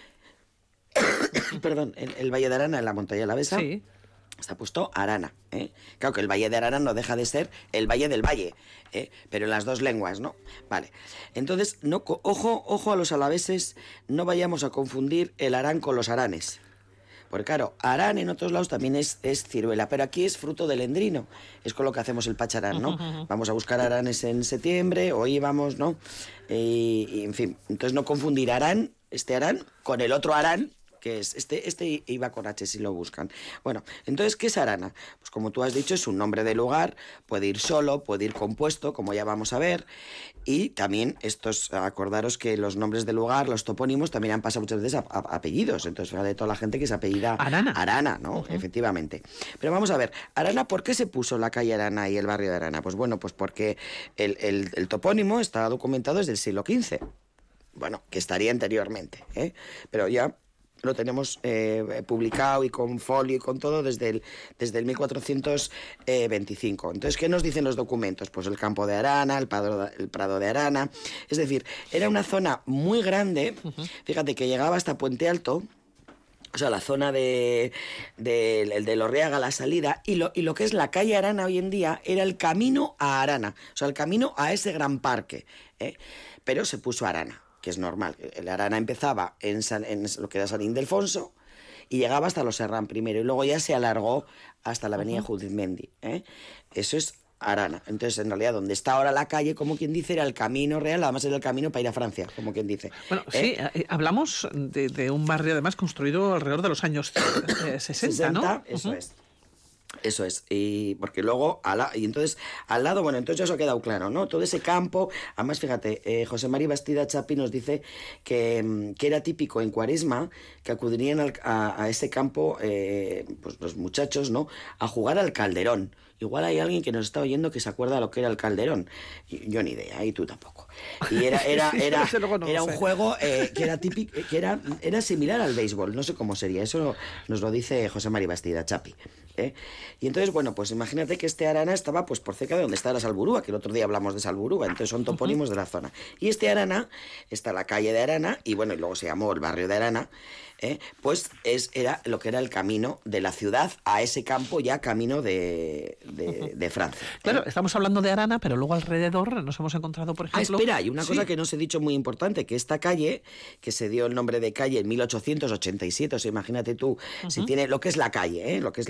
Perdón, el Valle de Arana en la montaña alavesa. Sí. Está puesto Arana. Claro que el Valle de Arana no deja de ser el Valle del Valle, pero en las dos lenguas, ¿no? Vale. Entonces, ojo a los alaveses, no vayamos a confundir el Arán con los aranes. Porque claro, Arán en otros lados también es ciruela, pero aquí es fruto del endrino. Es con lo que hacemos el pacharán, ¿no? Vamos a buscar aranes en septiembre, hoy vamos, ¿no? Y en fin, entonces no confundir Arán, este Arán, con el otro Arán, que es este iba con H si lo buscan. Bueno, entonces, ¿qué es Arana? Pues como tú has dicho, es un nombre de lugar, puede ir solo, puede ir compuesto, como ya vamos a ver, y también acordaros que los nombres de lugar, los topónimos, también han pasado muchas veces a apellidos, entonces fíjate de toda la gente que se apellida Arana, ¿no? Efectivamente. Pero vamos a ver, Arana, ¿por qué se puso la calle Arana y el barrio de Arana? Pues bueno, pues porque el topónimo está documentado desde el siglo XV, bueno, que estaría anteriormente, pero ya lo tenemos publicado y con folio y con todo desde el 1425. Entonces, ¿qué nos dicen los documentos? Pues el campo de Arana, el prado de Arana. Es decir, era una zona muy grande, fíjate que llegaba hasta Puente Alto, o sea, la zona de Lorriaga, la salida, y lo que es la calle Arana hoy en día era el camino a Arana, o sea, el camino a ese gran parque, pero se puso Arana, que es normal. El Arana empezaba en lo que era San Ildefonso y llegaba hasta los Serrán primero, y luego ya se alargó hasta la avenida Judith Mendi. Eso es Arana. Entonces, en realidad, donde está ahora la calle, como quien dice, era el camino real, además era el camino para ir a Francia, como quien dice. Bueno, sí, hablamos de un barrio, además, construido alrededor de los años 60, ¿no? Eso es, y porque luego, y entonces, al lado, bueno, entonces ya os ha quedado claro, ¿no? Todo ese campo, además, fíjate, José María Bastida Chapi nos dice que era típico en Cuaresma que acudirían a ese campo, pues los muchachos, ¿no?, a jugar al calderón. Igual hay alguien que nos está oyendo que se acuerda de lo que era el calderón. Yo ni idea, y tú tampoco. Y era un juego que era típico, que era similar al béisbol, no sé cómo sería, eso nos lo dice José María Bastida Chapi. Y entonces, bueno, pues imagínate que este Arana estaba pues por cerca de donde está la Salburúa, que el otro día hablamos de Salburúa, entonces son topónimos de la zona. Y este Arana, está la calle de Arana, y bueno, y luego se llamó el barrio de Arana, pues era lo que era el camino de la ciudad a ese campo, ya camino de Francia. Claro, estamos hablando de Arana, pero luego alrededor nos hemos encontrado, por ejemplo... espera, hay una cosa que no os he dicho muy importante, que esta calle, que se dio el nombre de calle en 1887, o sea, imagínate tú, si tiene lo que es la calle, lo que es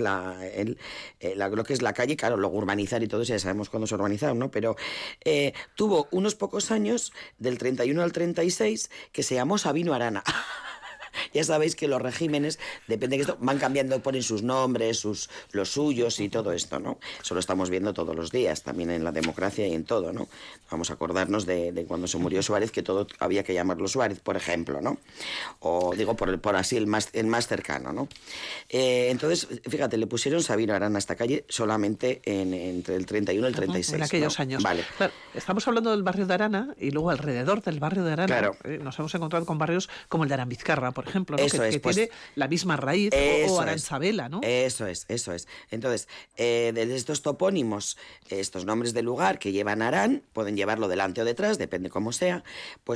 lo que es la calle, claro, luego urbanizar y todo eso, ya sabemos cuándo se urbanizaron, ¿no? Pero tuvo unos pocos años, del 31 al 36, que se llamó Sabino Arana. Ya sabéis que los regímenes, depende de esto, van cambiando, ponen sus nombres, los suyos y todo esto, ¿no? Eso lo estamos viendo todos los días, también en la democracia y en todo, ¿no? Vamos a acordarnos de cuando se murió Suárez, que todo había que llamarlo Suárez, por ejemplo, ¿no? O digo, por así, el más cercano, ¿no? Entonces, fíjate, le pusieron Sabino Arana a esta calle solamente entre el 31 y el 36. En aquellos años. Vale. Claro, estamos hablando del barrio de Arana y luego alrededor del barrio de Arana, claro, nos hemos encontrado con barrios como el de Aranvizcarra, por ejemplo, ¿no? Eso que pues, tiene la misma raíz, o Aranzabela, ¿no? Eso es. Entonces, de estos topónimos, estos nombres de lugar que llevan Arán, pueden llevarlo delante o detrás, depende cómo sea, pues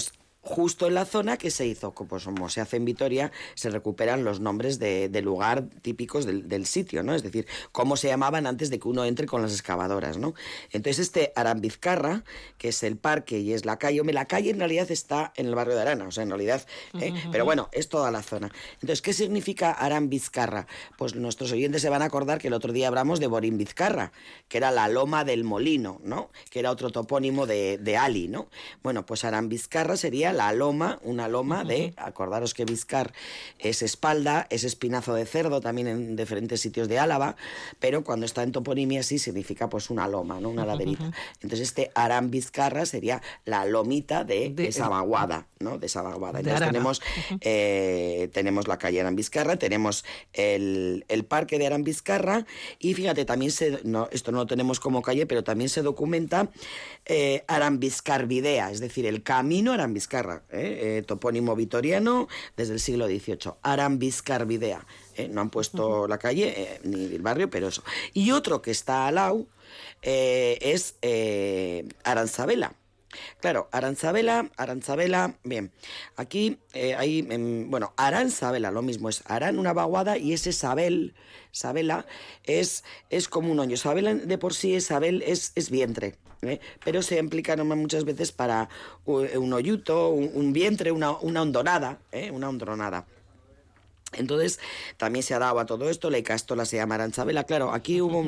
justo en la zona que se hizo, pues como se hace en Vitoria, se recuperan los nombres de lugar típicos del sitio, ¿no? Es decir, cómo se llamaban antes de que uno entre con las excavadoras, ¿no? Entonces este Arambizkarra, que es el parque y es la calle, la calle en realidad está en el barrio de Arana, o sea, en realidad, pero bueno, es toda la zona. Entonces, ¿qué significa Arambizkarra? Pues nuestros oyentes se van a acordar que el otro día hablamos de Borín-Vizcarra, que era la loma del molino, ¿no? Que era otro topónimo de Ali, ¿no? Bueno, pues Arambizkarra sería la loma, una loma de, acordaros que Vizcar es espalda, es espinazo de cerdo también en diferentes sitios de Álava, pero cuando está en toponimia sí significa pues una loma, ¿no? Una laderita. Entonces este Arambizkarra sería la lomita de esa vaguada, ¿no? De esa vaguada. Entonces tenemos la calle Arambizkarra, tenemos el parque de Arambizkarra y fíjate, también esto no lo tenemos como calle, pero también se documenta Arambizkarbidea, es decir, el camino Arambizkarra, topónimo vitoriano desde el siglo XVIII, Arambizkarbidea. No han puesto la calle ni el barrio, pero eso. Y otro que está al lado es Aranzabela. Claro, Aranzabela, bien, aquí Aranzabela, lo mismo, es Arán una vaguada y ese Sabela es como un hoyo. Sabela de por sí es vientre, pero se implica muchas veces para un hoyuto, un vientre, una hondonada, una hondronada. Entonces, también se ha dado a todo esto, la Icastola se llama Aranzabela. Claro, aquí hubo,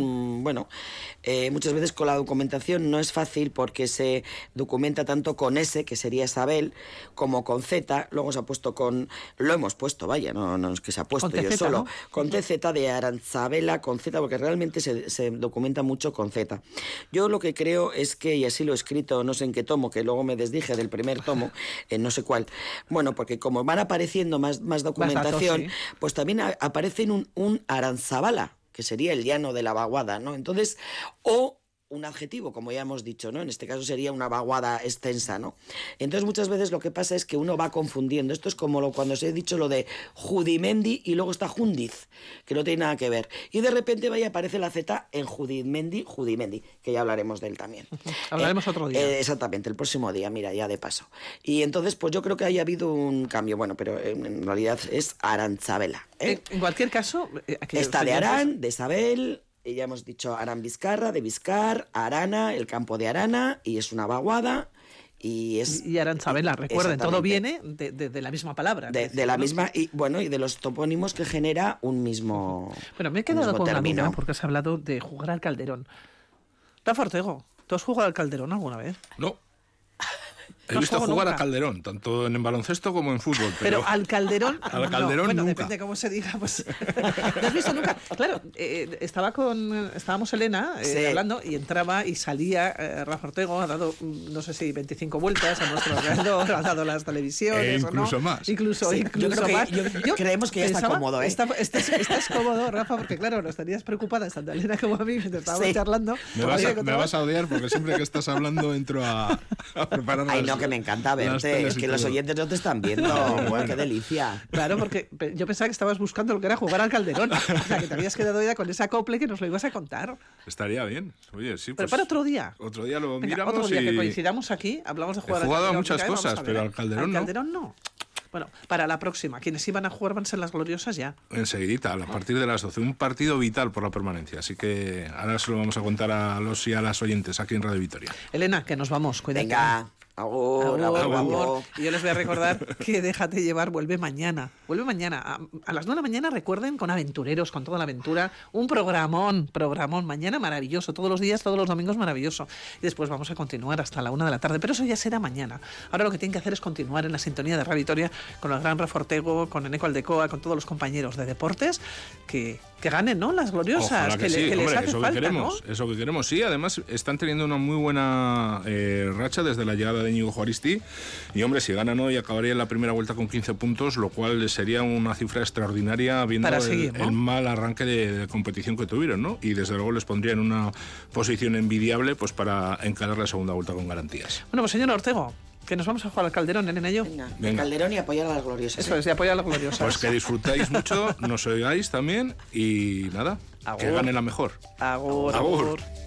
muchas veces con la documentación no es fácil porque se documenta tanto con S, que sería Isabel, como con Z, luego se ha puesto lo hemos puesto, vaya, no es que se ha puesto yo solo, ¿no? Con TZ de Aranzabela, con Z, porque realmente se documenta mucho con Z. Yo lo que creo es que, y así lo he escrito, no sé en qué tomo, que luego me desdije del primer tomo, no sé cuál, bueno, porque como van apareciendo más documentación, datos, sí. Pues también aparece un Aranzabala, que sería el llano de la vaguada, ¿no? Entonces, o un adjetivo, como ya hemos dicho, ¿no? En este caso sería una vaguada extensa, ¿no? Entonces muchas veces lo que pasa es que uno va confundiendo. Esto es como cuando os he dicho lo de Judimendi y luego está Jundiz, que no tiene nada que ver. Y de repente aparece la Z en Judimendi, que ya hablaremos de él también. Hablaremos otro día. Exactamente, el próximo día, mira, ya de paso. Y entonces, pues yo creo que haya habido un cambio, bueno, pero en realidad es Aranzabela, ¿eh? En cualquier caso... Está de Arán, de Isabel... Y ya hemos dicho Arambizkarra, de Vizcar, Arana, el campo de Arana, y es una vaguada. Y Aranzabela, recuerden, todo viene de la misma palabra. De la misma, y de los topónimos que genera un mismo. Bueno, me he quedado con una duda, porque has hablado de jugar al Calderón. Rafa Ortego, ¿tú has jugado al Calderón alguna vez? No. He visto jugar a Calderón, tanto en baloncesto como en fútbol. Pero al Calderón... Al Calderón bueno, nunca. Depende de cómo se diga. Pues, ¿no has visto nunca? Claro, estábamos Elena sí. Hablando y entraba y salía Rafa Ortego, ha dado, no sé si 25 vueltas a nuestro alrededor, ha dado las televisiones incluso o no. más. Incluso más. Creemos que ya está cómodo, ¿eh? Estás cómodo, Rafa, porque claro, nos tenías preocupada, tanto Elena como a mí, mientras estábamos charlando. Me vas a odiar porque siempre que estás hablando entro a preparar las... Ay, no, que me encanta verte, es que los oyentes no te están viendo. Bueno, qué delicia. Claro, porque yo pensaba que estabas buscando lo que era jugar al Calderón. O sea, que te habías quedado ya con ese acople que nos lo ibas a contar. Estaría bien. Oye, sí, pues... Pero para otro día. Otro día lo Venga, miramos otro día que coincidamos aquí, hablamos de jugar al Calderón. He jugado a muchas cosas, pero al Calderón no. Al Calderón no. Bueno, para la próxima, quienes iban a jugar van a ser las gloriosas ya. Enseguidita, a partir de las 12. Un partido vital por la permanencia. Así que ahora se lo vamos a contar a los y a las oyentes aquí en Radio Vitoria. Elena, que nos vamos. Cuídate. Venga. Agur. Y yo les voy a recordar que Déjate Llevar vuelve mañana. Vuelve mañana. A las 9 de la mañana, recuerden, con aventureros, con toda la aventura. Un programón. Mañana maravilloso. Todos los días, todos los domingos maravilloso. Y después vamos a continuar hasta la 1 de la tarde. Pero eso ya será mañana. Ahora lo que tienen que hacer es continuar en la sintonía de Radio Vitoria con el gran Rafa Ortego, con Eneco Aldecoa, con todos los compañeros de deportes que ganen, ¿no? Las gloriosas. Que sí. les hace falta, queremos, ¿no? Eso que queremos. Sí, además están teniendo una muy buena racha desde la llegada de Íñigo Juaristi y hombre, si ganan hoy acabaría en la primera vuelta con 15 puntos, lo cual sería una cifra extraordinaria viendo el mal arranque de competición que tuvieron, ¿no? Y desde luego les pondría en una posición envidiable pues para encarar la segunda vuelta con garantías. Bueno, pues señor Ortego, que nos vamos a jugar al Calderón, Elena y yo. Venga. Calderón y apoyar a las gloriosas. Eso es, y apoyar a las gloriosas. Pues que disfrutáis mucho, nos oigáis también y nada, que gane la mejor. Agur.